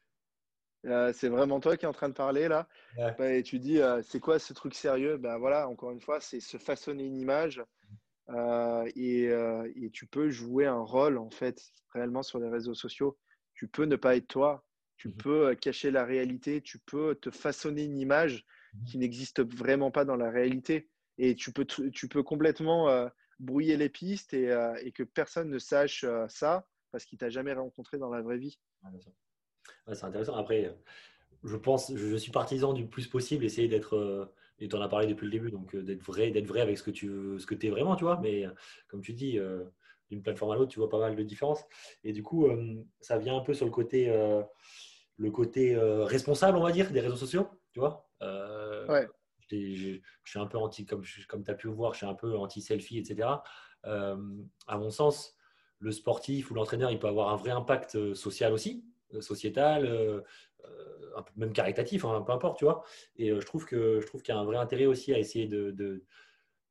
euh, c'est vraiment toi qui es en train de parler là. Ouais. Bah, et tu dis, euh, c'est quoi ce truc sérieux? Ben voilà, encore une fois, c'est se façonner une image euh, et, euh, et tu peux jouer un rôle en fait réellement sur les réseaux sociaux. Tu peux ne pas être toi, tu Mhm. peux euh, cacher la réalité, tu peux te façonner une image qui n'existe vraiment pas dans la réalité et tu peux, tu peux complètement euh, brouiller les pistes et, euh, et que personne ne sache euh, ça parce qu'il t'a jamais rencontré dans la vraie vie. Ouais, bien sûr. Ouais, c'est intéressant. Après, je pense, je suis partisan du plus possible, essayer d'être, euh, et tu en as parlé depuis le début, donc euh, d'être vrai, d'être vrai avec ce que tu veux, ce que tu es vraiment, tu vois. Mais euh, comme tu dis, euh, d'une plateforme à l'autre, tu vois pas mal de différences. Et du coup, euh, ça vient un peu sur le côté, euh, le côté euh, responsable, on va dire, des réseaux sociaux, tu vois. Euh, Ouais. j'ai- j'ai- je suis un peu anti, comme, je- comme tu as pu le voir, je suis un peu anti-selfie, et cetera. Euh, à mon sens, le sportif ou l'entraîneur, il peut avoir un vrai impact euh, social aussi, euh, sociétal. Euh, euh, un peu même caritatif, hein, peu importe, tu vois. Et euh, je trouve que je trouve qu'il y a un vrai intérêt aussi à essayer de, de,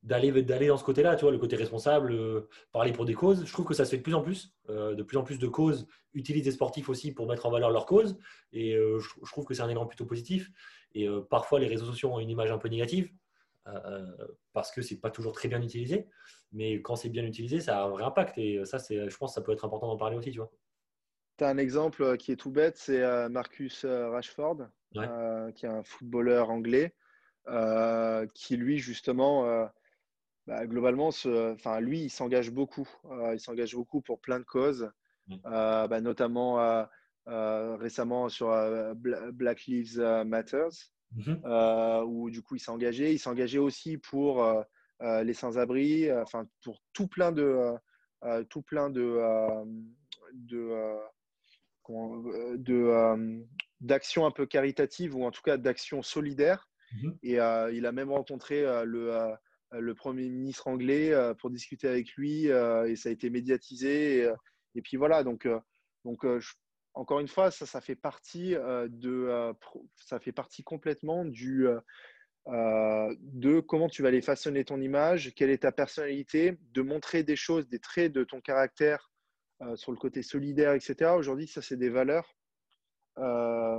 d'aller d'aller dans ce côté-là, tu vois, le côté responsable, euh, parler pour des causes. Je trouve que ça se fait de plus en plus. Euh, de plus en plus de causes utilisent des sportifs aussi pour mettre en valeur leur cause. Et euh, je, je trouve que c'est un élément plutôt positif. Et euh, parfois, les réseaux sociaux ont une image un peu négative euh, parce que c'est pas toujours très bien utilisé. Mais quand c'est bien utilisé, ça a un vrai impact. Et ça, c'est, je pense que ça peut être important d'en parler aussi, tu vois. Tu as un exemple euh, qui est tout bête, c'est euh, Marcus euh, Rashford, Ouais. euh, qui est un footballeur anglais, euh, qui lui, justement, euh, bah, globalement, ce- enfin, lui, il s'engage beaucoup. Euh, il s'engage beaucoup pour plein de causes, Ouais. euh, bah, notamment euh, euh, récemment sur euh, Bla- Black Lives Matter, Mhm. euh, où du coup, il s'est engagé. Il s'est engagé aussi pour euh, euh, les sans-abri, euh, enfin, pour tout plein de, euh, euh, tout plein de, euh, de, euh, comment- euh, de, euh, d'actions un peu caritatives ou en tout cas d'actions solidaires. Mhm. Et euh, il a même rencontré euh, le, euh, le Premier ministre anglais euh, pour discuter avec lui euh, et ça a été médiatisé. Et, euh, et puis voilà, donc, euh, donc euh, je- encore une fois, ça, ça fait partie euh, de, euh, pro- ça fait partie complètement du, euh, euh, de comment tu vas aller façonner ton image, quelle est ta personnalité, de montrer des choses, des traits de ton caractère euh, sur le côté solidaire, et cetera. Aujourd'hui, ça, c'est des valeurs. euh,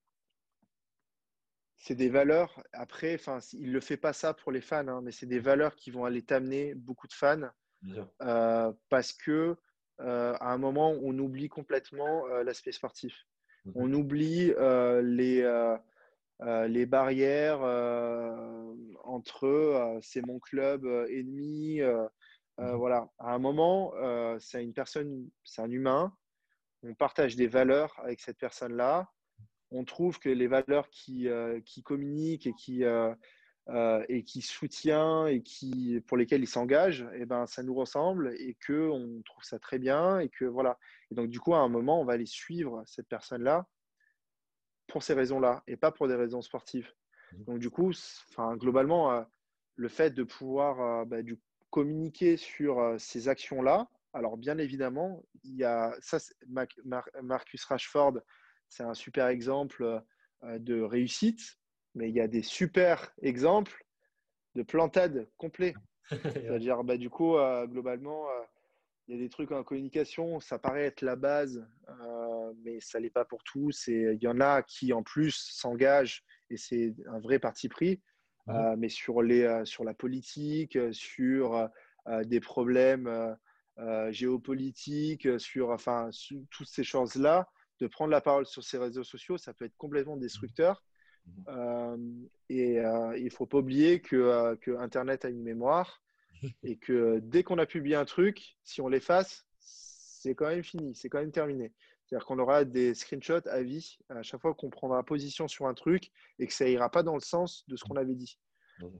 c'est des valeurs. Après, enfin, il ne fait pas ça pour les fans, hein, mais c'est des valeurs qui vont aller t'amener beaucoup de fans Bien sûr. euh, parce que euh, à un moment, on oublie complètement euh, l'aspect sportif. Mhm. On oublie euh, les, euh, euh, les barrières euh, entre euh, c'est mon club euh, ennemi. Euh, euh, Mhm. voilà. À un moment, euh, c'est une personne, c'est un humain. On partage des valeurs avec cette personne-là. On trouve que les valeurs qui, euh, qui communiquent et qui, euh, euh, et qui soutient et qui, pour lesquelles il s'engage, eh ben, ça nous ressemble et qu'on trouve ça très bien. Et que voilà. Et donc, du coup, à un moment, on va aller suivre cette personne-là pour ces raisons-là et pas pour des raisons sportives. Mhm. Donc, du coup, enfin, globalement, euh, le fait de pouvoir euh, bah, du, communiquer sur euh, ces actions-là, alors bien évidemment, il y a ça, Mar Mar Marcus Rashford, c'est un super exemple euh, de réussite, mais il y a des super exemples de plantade complet. Ouais. C'est-à-dire, bah, du coup, euh, globalement, euh, il y a des trucs en communication, ça paraît être la base, euh, mais ça l'est pas pour tous. Et il y en a qui, en plus, s'engagent, et c'est un vrai parti pris, Mhm. euh, mais sur, les, euh, sur la politique, sur euh, des problèmes euh, euh, géopolitiques, sur, enfin, sur toutes ces choses-là, de prendre la parole sur ces réseaux sociaux, ça peut être complètement destructeur. Mhm. Euh, et euh, il ne faut pas oublier que, euh, que Internet a une mémoire et que dès qu'on a publié un truc, si on l'efface, c'est quand même fini, c'est quand même terminé. C'est-à-dire qu'on aura des screenshots à vie à chaque fois qu'on prendra position sur un truc et que ça ira pas dans le sens de ce qu'on avait dit. Mhm.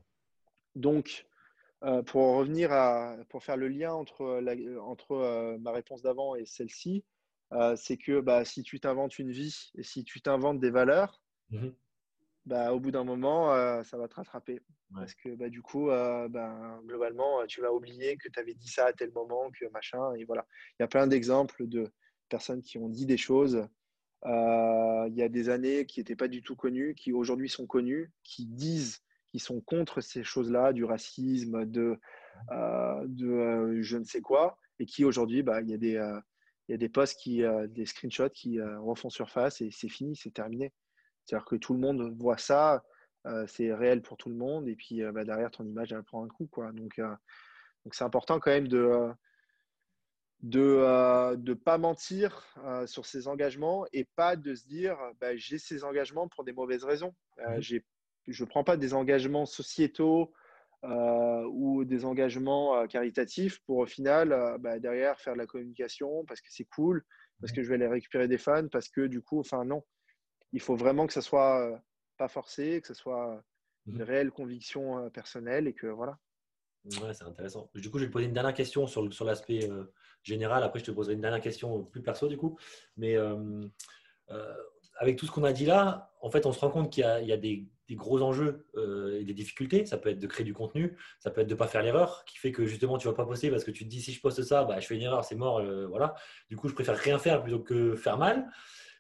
Donc, euh, pour en revenir à, pour faire le lien entre, la, entre euh, ma réponse d'avant et celle-ci, euh, c'est que bah, si tu t'inventes une vie et si tu t'inventes des valeurs, Mhm. bah, au bout d'un moment, euh, ça va te rattraper. Ouais. Parce que bah, du coup, euh, bah, globalement, tu vas oublier que tu avais dit ça à tel moment, que machin, et voilà. Il y a plein d'exemples de personnes qui ont dit des choses euh, il y a des années qui n'étaient pas du tout connues, qui aujourd'hui sont connues, qui disent qu'ils sont contre ces choses-là, du racisme, de, euh, de euh, je ne sais quoi, et qui aujourd'hui, bah, il y a des, euh, il y a des posts, qui, euh, des screenshots qui euh, refont surface et c'est fini, c'est terminé. C'est-à-dire que tout le monde voit ça, euh, c'est réel pour tout le monde, et puis euh, bah, derrière, ton image, elle prend un coup, quoi. Donc, euh, donc c'est important quand même de euh, de euh, de pas mentir euh, sur ses engagements et pas de se dire bah, j'ai ces engagements pour des mauvaises raisons. Euh, Mhm. j'ai, je ne prends pas des engagements sociétaux euh, ou des engagements euh, caritatifs pour au final euh, bah, derrière faire de la communication parce que c'est cool, parce que je vais aller récupérer des fans, parce que du coup, enfin non, il faut vraiment que ça soit euh, pas forcé, que ce soit une Mhm. réelle conviction euh, personnelle et que voilà. Ouais, c'est intéressant. Du coup, je vais te poser une dernière question sur, le- sur l'aspect euh, général. Après, je te poserai une dernière question plus perso, du coup. Mais euh, euh, avec tout ce qu'on a dit là, en fait, on se rend compte qu'il y a, il y a des, des gros enjeux euh, et des difficultés. Ça peut être de créer du contenu, ça peut être de ne pas faire l'erreur, qui fait que justement, tu ne vas pas poster parce que tu te dis si je poste ça, bah, je fais une erreur, c'est mort. Euh, voilà. Du coup, je préfère rien faire plutôt que faire mal.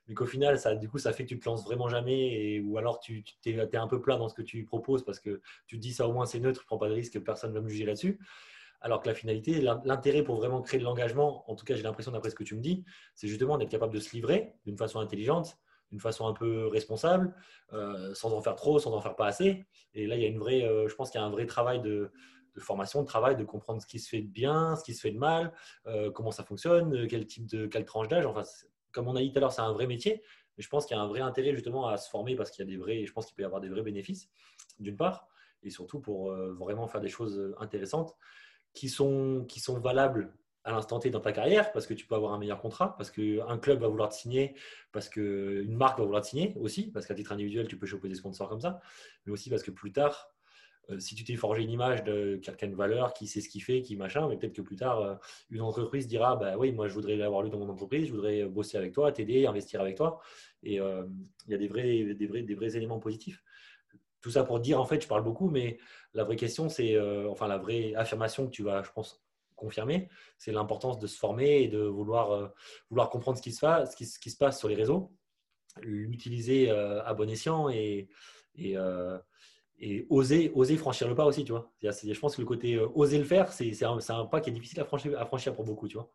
mais qu'au final, ça, du coup, ça fait que tu te lances vraiment jamais, et, ou alors tu, tu es, un peu plat dans ce que tu proposes parce que tu te dis ça au moins c'est neutre, je prends pas de risque, personne ne va me juger là-dessus. Alors que la finalité, l'intérêt pour vraiment créer de l'engagement, en tout cas j'ai l'impression d'après ce que tu me dis, c'est justement d'être capable de se livrer d'une façon intelligente, d'une façon un peu responsable, euh, sans en faire trop, sans en faire pas assez. Et là, il y a une vraie, euh, je pense qu'il y a un vrai travail de, de formation, de travail, de comprendre ce qui se fait de bien, ce qui se fait de mal, euh, comment ça fonctionne, quel type de, quelle tranche d'âge. Enfin, comme on a dit tout à l'heure, c'est un vrai métier, mais je pense qu'il y a un vrai intérêt justement à se former parce qu'il y a des vrais, je pense qu'il peut y avoir des vrais bénéfices, d'une part, et surtout pour euh, vraiment faire des choses intéressantes qui sont, qui sont valables à l'instant T dans ta carrière, parce que tu peux avoir un meilleur contrat, parce qu'un club va vouloir te signer, parce qu'une marque va vouloir te signer aussi, parce qu'à titre individuel, tu peux choper des sponsors comme ça, mais aussi parce que plus tard, euh, si tu t'es forgé une image de quelqu'un de valeur, qui sait ce qu'il fait, qui machin, mais peut-être que plus tard, euh, une entreprise dira, bah oui, moi je voudrais l'avoir lu dans mon entreprise, je voudrais bosser avec toi, t'aider, investir avec toi, et euh, il y a des vrais, des, vrais, des vrais éléments positifs. Tout ça pour dire, en fait, je parle beaucoup, mais la vraie question, c'est, euh, enfin, la vraie affirmation que tu vas, je pense, confirmer, c'est l'importance de se former et de vouloir, euh, vouloir comprendre ce qui, se passe, ce, qui, ce qui se passe sur les réseaux, l'utiliser euh, à bon escient et, et, euh, et oser, oser franchir le pas aussi, tu vois. C'est, je pense que le côté euh, oser le faire, c'est, c'est, un, c'est un pas qui est difficile à franchir, à franchir pour beaucoup, tu vois.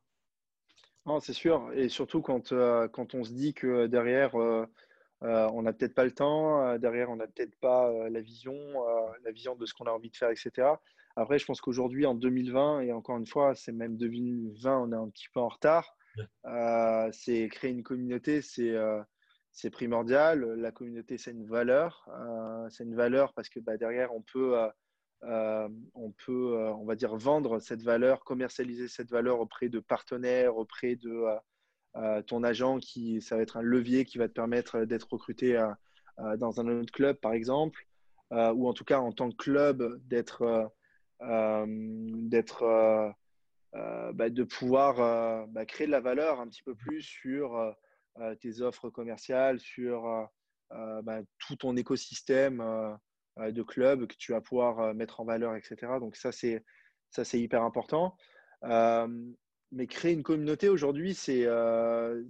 Non, c'est sûr. Et surtout quand, euh, quand on se dit que derrière, euh, euh, on n'a peut-être pas le temps, euh, derrière, on n'a peut-être pas euh, la vision, euh, la vision de ce qu'on a envie de faire, et cetera. Après, je pense qu'aujourd'hui, en deux mille vingt, et encore une fois, c'est même deux mille vingt, on est un petit peu en retard. Ouais. Euh, c'est créer une communauté, c'est euh, c'est primordial. La communauté, c'est une valeur. Euh, c'est une valeur parce que bah, derrière, on peut, euh, euh, on peut, euh, on va dire, vendre cette valeur, commercialiser cette valeur auprès de partenaires, auprès de euh, euh, ton agent, qui, ça va être un levier qui va te permettre d'être recruté euh, euh, dans un autre club, par exemple, euh, ou en tout cas en tant que club, d'être, euh, euh, d'être, euh, euh, bah, de pouvoir euh, bah, créer de la valeur un petit peu plus sur euh, euh, tes offres commerciales, sur euh, euh, bah, tout ton écosystème euh, euh, de clubs que tu vas pouvoir euh, mettre en valeur, et cetera. Donc ça, c'est, ça, c'est hyper important. Euh, mais créer une communauté aujourd'hui, c'est, euh,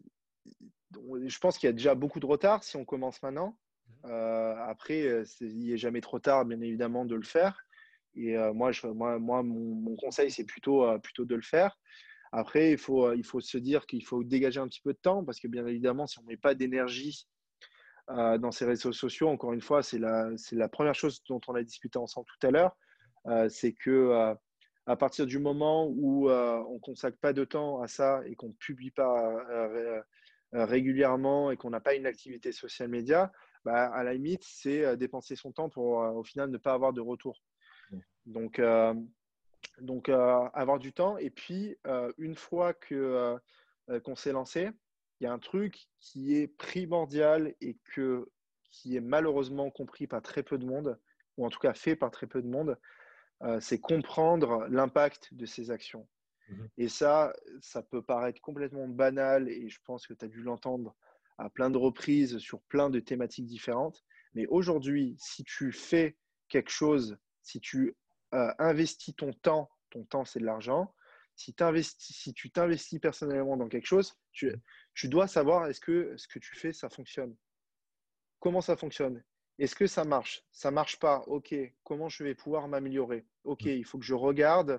je pense qu'il y a déjà beaucoup de retard si on commence maintenant. Euh, après, c'est, il n'est jamais trop tard, bien évidemment, de le faire. Et euh, moi, je, moi, moi, mon, mon conseil, c'est plutôt, euh, plutôt de le faire. Après, il faut, euh, il faut se dire qu'il faut dégager un petit peu de temps parce que, bien évidemment, si on ne met pas d'énergie euh, dans ces réseaux sociaux, encore une fois, c'est la, c'est la première chose dont on a discuté ensemble tout à l'heure. Euh, c'est que euh, à partir du moment où euh, on ne consacre pas de temps à ça et qu'on ne publie pas euh, euh, régulièrement et qu'on n'a pas une activité social média, bah, à la limite, c'est euh, dépenser son temps pour, euh, au final, ne pas avoir de retour. Donc, euh, donc euh, avoir du temps. Et puis, euh, une fois que, euh, qu'on s'est lancé, il y a un truc qui est primordial et que, qui est malheureusement compris par très peu de monde, ou en tout cas fait par très peu de monde, euh, c'est comprendre l'impact de ces actions. Mhm. Et ça, ça peut paraître complètement banal et je pense que tu as dû l'entendre à plein de reprises sur plein de thématiques différentes. Mais aujourd'hui, si tu fais quelque chose, si tu euh, investis ton temps, ton temps c'est de l'argent, si, si tu t'investis personnellement dans quelque chose, tu, tu dois savoir est-ce que ce que tu fais, ça fonctionne. Comment ça fonctionne? Est-ce que ça marche? Ça marche pas. OK. Comment je vais pouvoir m'améliorer? OK, il faut que je regarde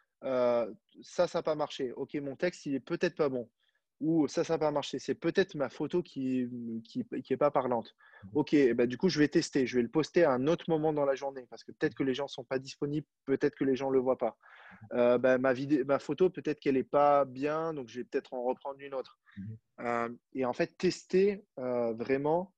euh, ça, ça n'a pas marché. Ok, mon texte, il est peut-être pas bon. Ou ça, ça n'a pas marché. C'est peut-être ma photo qui qui, qui est pas parlante. Ok, bah, du coup, je vais tester. Je vais le poster à un autre moment dans la journée parce que peut-être que les gens ne sont pas disponibles, peut-être que les gens ne le voient pas. Euh, bah, ma, vidéo, ma photo, peut-être qu'elle n'est pas bien, donc je vais peut-être en reprendre une autre. Mhm. Euh, et en fait, tester euh, vraiment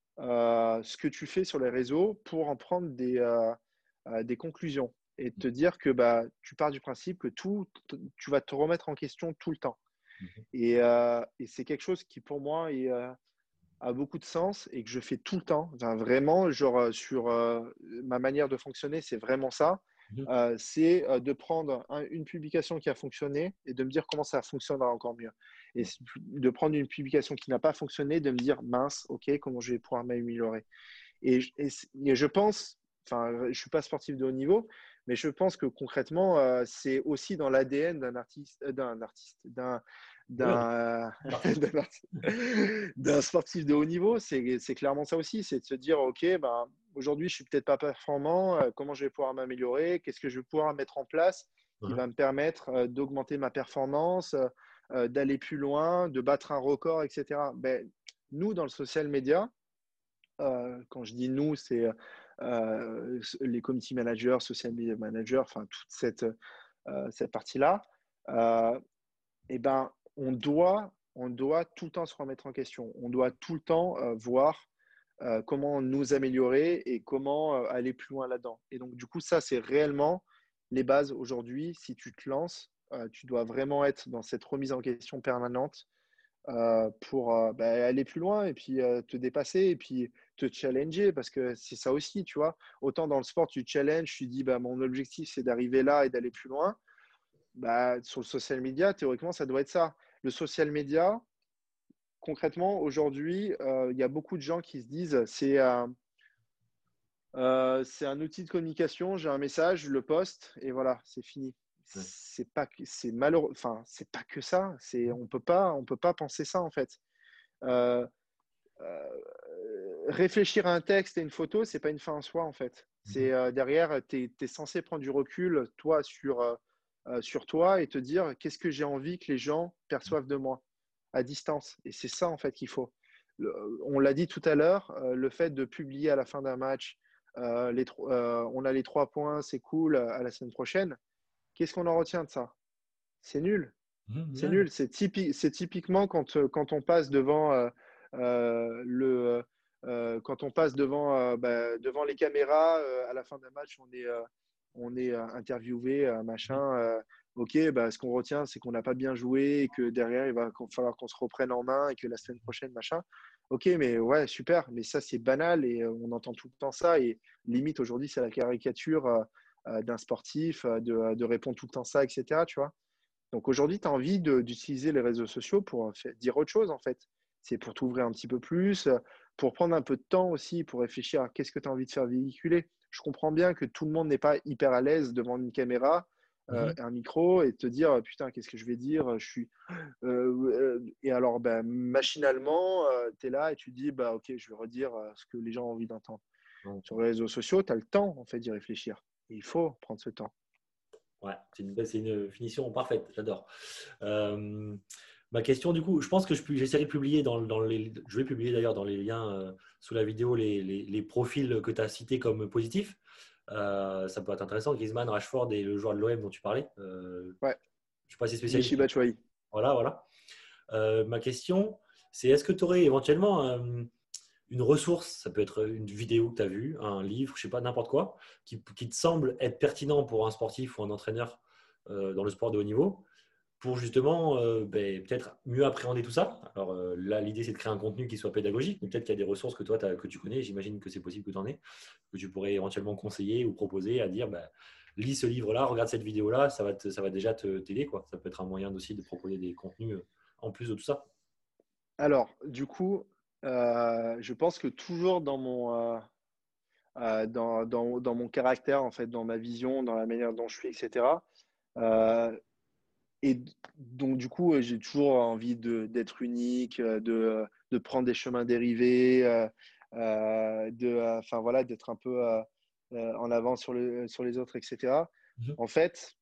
euh, ce que tu fais sur les réseaux pour en prendre des, euh, euh, des conclusions et te dire que bah, tu pars du principe que tout, tu vas te remettre en question tout le temps. Mhm. Et, euh, et c'est quelque chose qui, pour moi, est, euh, a beaucoup de sens et que je fais tout le temps. Enfin, vraiment, genre, sur euh, ma manière de fonctionner, c'est vraiment ça. Mhm. Euh, c'est euh, de prendre un, une publication qui a fonctionné et de me dire comment ça fonctionnera encore mieux. Et de prendre une publication qui n'a pas fonctionné, de me dire mince, ok, comment je vais pouvoir m'améliorer. Et, et, et je pense, enfin, je ne suis pas sportif de haut niveau, mais je pense que concrètement, euh, c'est aussi dans l'A D N d'un artiste, euh, d'un artiste, d'un, Oui, d'un parti. d'un d'un sportif de haut niveau, c'est c'est clairement ça aussi, c'est de se dire, OK, ben, aujourd'hui, je suis peut-être pas performant, euh, comment je vais pouvoir m'améliorer, qu'est-ce que je vais pouvoir mettre en place qui Mhm. va me permettre euh, d'augmenter ma performance, euh, euh, d'aller plus loin, de battre un record, et cetera. Ben, nous, dans le social media, euh, quand je dis nous, c'est euh, les community managers, social media managers, enfin toute cette, euh, cette partie-là. Euh, eh ben, on doit, on doit tout le temps se remettre en question. On doit tout le temps euh, voir euh, comment nous améliorer et comment euh, aller plus loin là-dedans. Et donc, du coup, ça, c'est réellement les bases aujourd'hui. Si tu te lances, euh, tu dois vraiment être dans cette remise en question permanente euh, pour euh, bah, aller plus loin et puis euh, te dépasser et puis te challenger parce que c'est ça aussi, tu vois. Autant dans le sport, tu challenges, tu dis bah, mon objectif, c'est d'arriver là et d'aller plus loin. Bah, sur le social media, théoriquement, ça doit être ça. Le social media, concrètement, aujourd'hui, euh, il y a beaucoup de gens qui se disent c'est euh, euh, c'est un outil de communication, j'ai un message, je le poste et voilà, c'est fini. Ouais. C'est pas que- c'est malheureux, enfin c'est pas que ça. C'est on peut pas on peut pas penser ça en fait. Euh, euh, Réfléchir à un texte et une photo, c'est pas une fin en soi en fait. Mhm. C'est euh, derrière, tu es, censé prendre du recul toi sur euh, euh, sur toi et te dire qu'est-ce que j'ai envie que les gens perçoivent de moi à distance. Et c'est ça en fait qu'il faut. Le- on l'a dit tout à l'heure, euh, le fait de publier à la fin d'un match, euh, les tro- euh, on a les trois points, c'est cool, à la semaine prochaine. Qu'est-ce qu'on en retient de ça? C'est nul. Mhm. C'est Ouais. nul. C'est typi- c'est typiquement quand, euh, quand on passe devant euh, euh, le euh, quand on passe devant, euh, bah, devant les caméras euh, à la fin d'un match, on est, euh, on est euh, interviewé, euh, Mhm. machin. euh, ok, bah, ce qu'on retient, c'est qu'on n'a pas bien joué et que derrière, il va falloir qu'on se reprenne en main et que la semaine prochaine, machin. Ok, mais ouais, super. Mais ça, c'est banal et euh, on entend tout le temps ça. Et limite, aujourd'hui, c'est la caricature euh, euh, d'un sportif, euh, de, de répondre tout le temps ça, et cetera. Tu vois? Donc aujourd'hui, tu as envie de- d'utiliser les réseaux sociaux pour faire- dire autre chose, en fait. C'est pour t'ouvrir un petit peu plus, euh, pour prendre un peu de temps aussi, pour réfléchir à qu'est-ce que tu as envie de faire véhiculer. Je comprends bien que tout le monde n'est pas hyper à l'aise devant une caméra, euh, Mhm. un micro, et te dire, putain, qu'est-ce que je vais dire? Je suis... Euh, euh, et alors, ben, machinalement, tu es là et tu dis, bah, ok, je vais redire euh, ce que les gens ont envie d'entendre. Donc, Sur les réseaux sociaux, tu as le temps, en fait, d'y réfléchir. Et il faut prendre ce temps. ouais, c'est une, c'est une finition parfaite, j'adore. Euh, ma question, du coup, je pense que je pu- j'essaierai de publier dans, dans les. Je vais publier d'ailleurs dans les liens euh, sous la vidéo les, les- les profils que tu as cités comme positifs. Euh, ça peut être intéressant. Griezmann, Rashford et le joueur de l'O M dont tu parlais. Euh, Ouais, je ne suis pas assez spécialiste. Michi Batshuayi. Voilà, voilà. Euh, ma question, c'est est-ce que tu aurais éventuellement euh, une ressource, ça peut être une vidéo que tu as vue, un livre, je sais pas, n'importe quoi, qui, qui te semble être pertinent pour un sportif ou un entraîneur euh, dans le sport de haut niveau, pour justement euh, ben, peut-être mieux appréhender tout ça. Alors euh, là, l'idée, c'est de créer un contenu qui soit pédagogique, mais peut-être qu'il y a des ressources que toi, t'as- que tu connais, j'imagine que c'est possible que tu en aies, que tu pourrais éventuellement conseiller ou proposer à dire, ben, lis ce livre-là, regarde cette vidéo-là, ça va, te- ça va déjà te- t'aider, quoi. Ça peut être un moyen aussi de proposer des contenus euh, en plus de tout ça. Alors, du coup, euh, je pense que toujours dans mon, euh, euh, dans, dans, dans mon caractère, en fait, dans ma vision, dans la manière dont je suis, et cetera. euh, et d- donc, du coup, euh, j'ai toujours envie de, d'être unique, euh, de, de prendre des chemins dérivés, euh, euh, de, euh, enfin, voilà, d'être un peu euh, euh, en avant sur, le, sur les autres, et cetera. Mhm. En fait,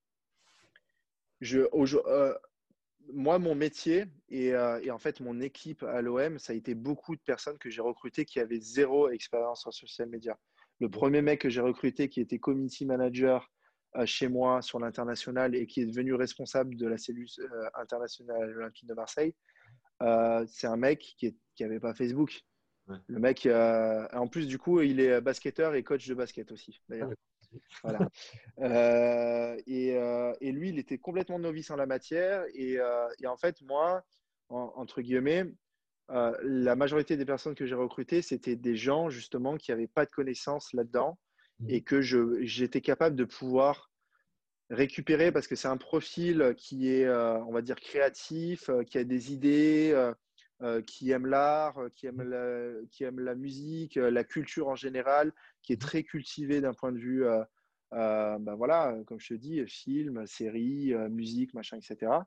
je, aujo- euh, moi, mon métier et, euh, et en fait mon équipe à l'O M, ça a été beaucoup de personnes que j'ai recrutées qui avaient zéro expérience en social media. Le premier mec que j'ai recruté qui était community manager euh, chez moi sur l'international et qui est devenu responsable de la cellule euh, internationale à l'Olympique de Marseille, euh, c'est un mec qui n'avait pas Facebook. Ouais. Le mec, euh, en plus du coup, il est basketteur et coach de basket aussi, Ah, d'ailleurs. d'accord. Voilà. Euh, et, euh, et lui, il était complètement novice en la matière. Et, euh, et en fait, moi, en- entre guillemets, euh, la majorité des personnes que j'ai recrutées, c'était des gens justement qui n'avaient pas de connaissances là-dedans Mhm. et que je, j'étais capable de pouvoir récupérer parce que c'est un profil qui est, euh, on va dire, créatif, euh, qui a des idées, euh, euh, qui aime l'art, euh, qui aime la, qui aime la musique, euh, la culture en général, qui est Mhm. très cultivé d'un point de vue, euh, euh, ben voilà, comme je te dis, film, série, euh, musique, machin, et cetera.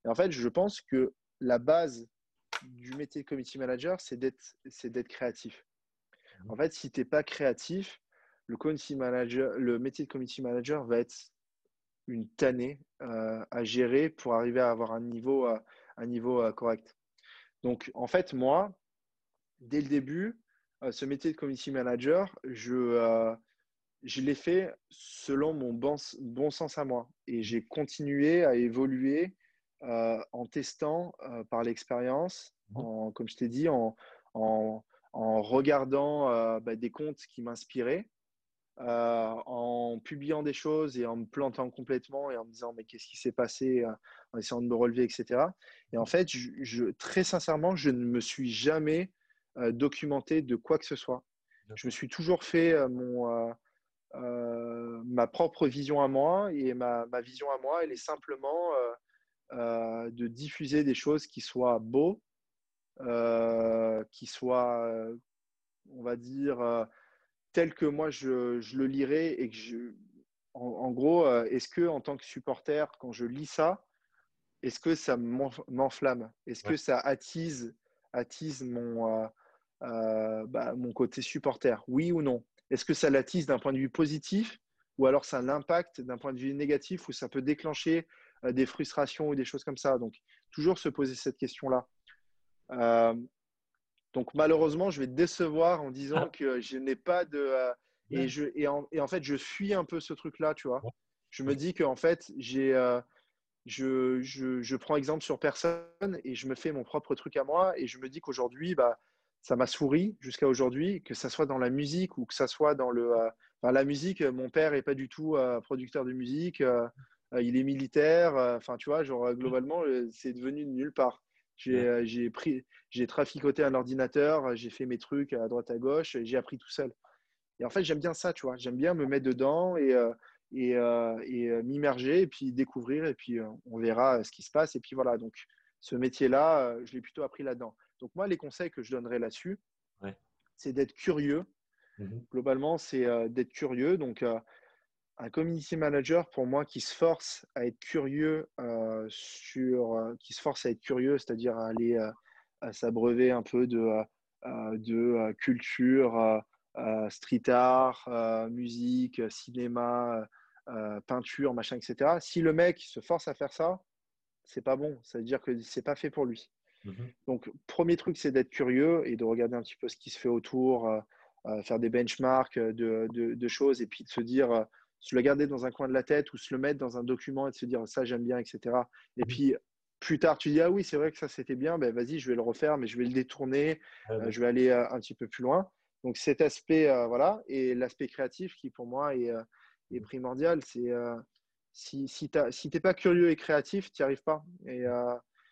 Et en fait, je pense que la base du métier de community manager, c'est d'être, c'est d'être créatif. En fait, si tu n'es pas créatif, le community manager, le métier de community manager va être une tannée euh, à gérer pour arriver à avoir un niveau, euh, un niveau euh, correct. Donc, en fait, moi, dès le début, euh, ce métier de community manager, je, euh, je l'ai fait selon mon bon, bon sens à moi. Et j'ai continué à évoluer euh, en testant euh, par l'expérience, en, comme je t'ai dit, en, en, en regardant euh, bah, des comptes qui m'inspiraient, euh, en publiant des choses et en me plantant complètement et en me disant mais qu'est-ce qui s'est passé, euh, en essayant de me relever, et cetera. Et en fait, je, je, très sincèrement, je ne me suis jamais euh, documenté de quoi que ce soit. Je me suis toujours fait euh, mon, euh, euh, ma propre vision à moi et ma, ma vision à moi, elle est simplement euh, euh, de diffuser des choses qui soient beaux, euh, qui soient, euh, on va dire, euh, tel que moi je, je le lirais et que je, en, en gros, euh, est-ce que en tant que supporter, quand je lis ça, est-ce que ça m'enflamme? Est-ce Ouais. que ça attise, attise mon, euh, euh, bah, mon côté supporter? Oui ou non? Est-ce que ça l'attise d'un point de vue positif ou alors ça l'impacte d'un point de vue négatif où ça peut déclencher euh, des frustrations ou des choses comme ça? Donc, toujours se poser cette question-là. Euh, donc malheureusement, je vais te décevoir en disant Ah, que je n'ai pas de… euh, et, ouais. je, et, en, et en fait, je fuis un peu ce truc-là, tu vois. Ouais. Je me dis qu'en fait, j'ai, euh, je, je, je prends exemple sur personne et je me fais mon propre truc à moi. Et je me dis qu'aujourd'hui, bah, ça m'a souri jusqu'à aujourd'hui, que ça soit dans la musique ou que ça soit dans le… euh, enfin, la musique, mon père n'est pas du tout euh, producteur de musique. Euh, euh, il est militaire. euh, Enfin, tu vois, genre, globalement, euh, c'est devenu de nulle part. J'ai Ouais. euh, j'ai pris, j'ai traficoté un ordinateur, j'ai fait mes trucs à droite à gauche, et j'ai appris tout seul. Et en fait, j'aime bien ça, tu vois. J'aime bien me mettre dedans et, euh, et, euh, et euh, m'immerger et puis découvrir et puis euh, on verra ce qui se passe. Et puis voilà, donc ce métier-là, euh, je l'ai plutôt appris là-dedans. Donc moi, les conseils que je donnerais là-dessus, Ouais. c'est d'être curieux. Mhm. Globalement, c'est euh, d'être curieux. Donc, euh, un community manager, pour moi, qui se force à être curieux euh, sur, euh, qui se force à être curieux, c'est-à-dire à aller euh, à s'abreuver un peu de, euh, euh, de euh, culture, euh, euh, street art, euh, musique, cinéma, euh, peinture, machin, et cetera. Si le mec se force à faire ça, c'est pas bon. Ça veut dire que c'est pas fait pour lui. Mhm. Donc, premier truc, c'est d'être curieux et de regarder un petit peu ce qui se fait autour, euh, euh, faire des benchmarks de, de, de choses et puis de se dire, euh, se le garder dans un coin de la tête ou se le mettre dans un document et de se dire ça, j'aime bien, et cetera. Et Mhm. puis, plus tard, tu dis, ah oui, c'est vrai que ça, c'était bien, ben vas-y, je vais le refaire, mais je vais le détourner, Ouais, euh, bien je sûr. vais aller euh, un petit peu plus loin. Donc, cet aspect, euh, voilà, et l'aspect créatif qui, pour moi, est, euh, est Mhm. primordial, c'est euh, si, si tu si n'es pas curieux et créatif, tu n'y arrives pas. Et, euh,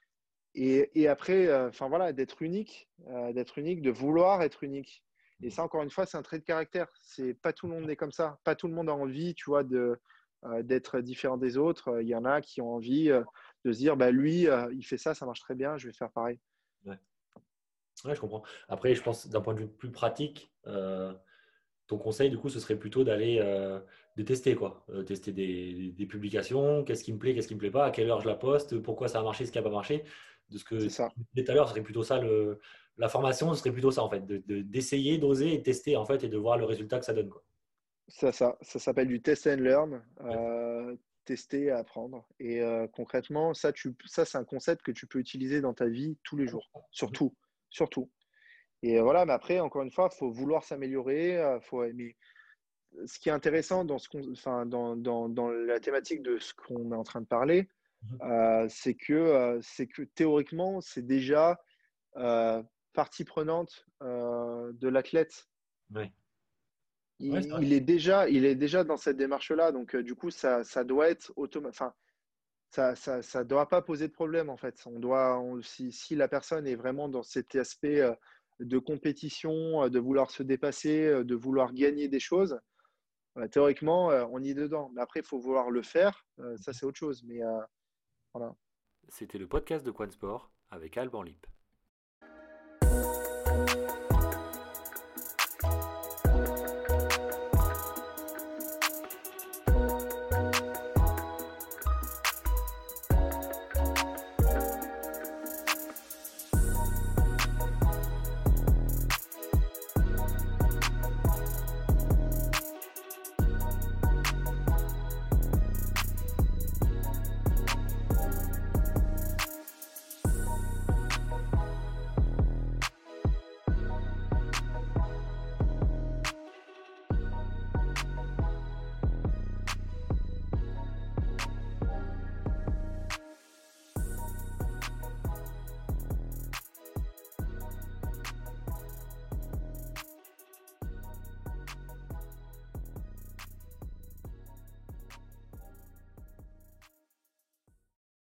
et, et après, euh, enfin voilà, d'être unique, euh, d'être unique, de vouloir être unique. Et ça, encore une fois, c'est un trait de caractère. C'est pas tout le monde est comme ça. Pas tout le monde a envie, tu vois, de euh, d'être différent des autres. Il y en a qui ont envie euh, de se dire, bah lui, euh, il fait ça, ça marche très bien, je vais faire pareil. Ouais. Ouais, je comprends. Après, je pense d'un point de vue plus pratique, euh, ton conseil, du coup, ce serait plutôt d'aller euh, de tester, quoi. Euh, tester des, des publications, qu'est-ce qui me plaît, qu'est-ce qui me plaît pas, à quelle heure je la poste, pourquoi ça a marché, ce qui n'a pas marché. De ce que C'est tu ça. disais tout à l'heure, ce serait plutôt ça, le, la formation, ce serait plutôt ça, en fait, de, de- d'essayer, d'oser et de tester, en fait, et de voir le résultat que ça donne, quoi. Ça, ça, ça s'appelle du test and learn. Ouais. Euh, tester et apprendre. Et euh, concrètement, ça, tu, ça, c'est un concept que tu peux utiliser dans ta vie tous les jours. Mhm. Surtout. Surtout. Et euh, voilà, mais après, encore une fois, il faut vouloir s'améliorer. euh, faut aimer. Ce qui est intéressant dans, ce qu'on- enfin, dans, dans, dans la thématique de ce qu'on est en train de parler, Mhm. euh, c'est que, euh, c'est que théoriquement, c'est déjà euh, partie prenante euh, de l'athlète. Ouais. Ouais, c'est Il, vrai. il est déjà, il est déjà dans cette démarche-là. Donc, euh, du coup, ça, ça doit être automatique. Enfin, ça ça, ça doit pas poser de problème, en fait. On doit, on- si, si la personne est vraiment dans cet aspect euh, de compétition, euh, de vouloir se dépasser, euh, de vouloir gagner des choses, euh, théoriquement, euh, on y est dedans. Mais après, il faut vouloir le faire. Euh, ça, c'est autre chose. Mais euh, voilà. C'était le podcast de Quan Sport avec Alban Lip.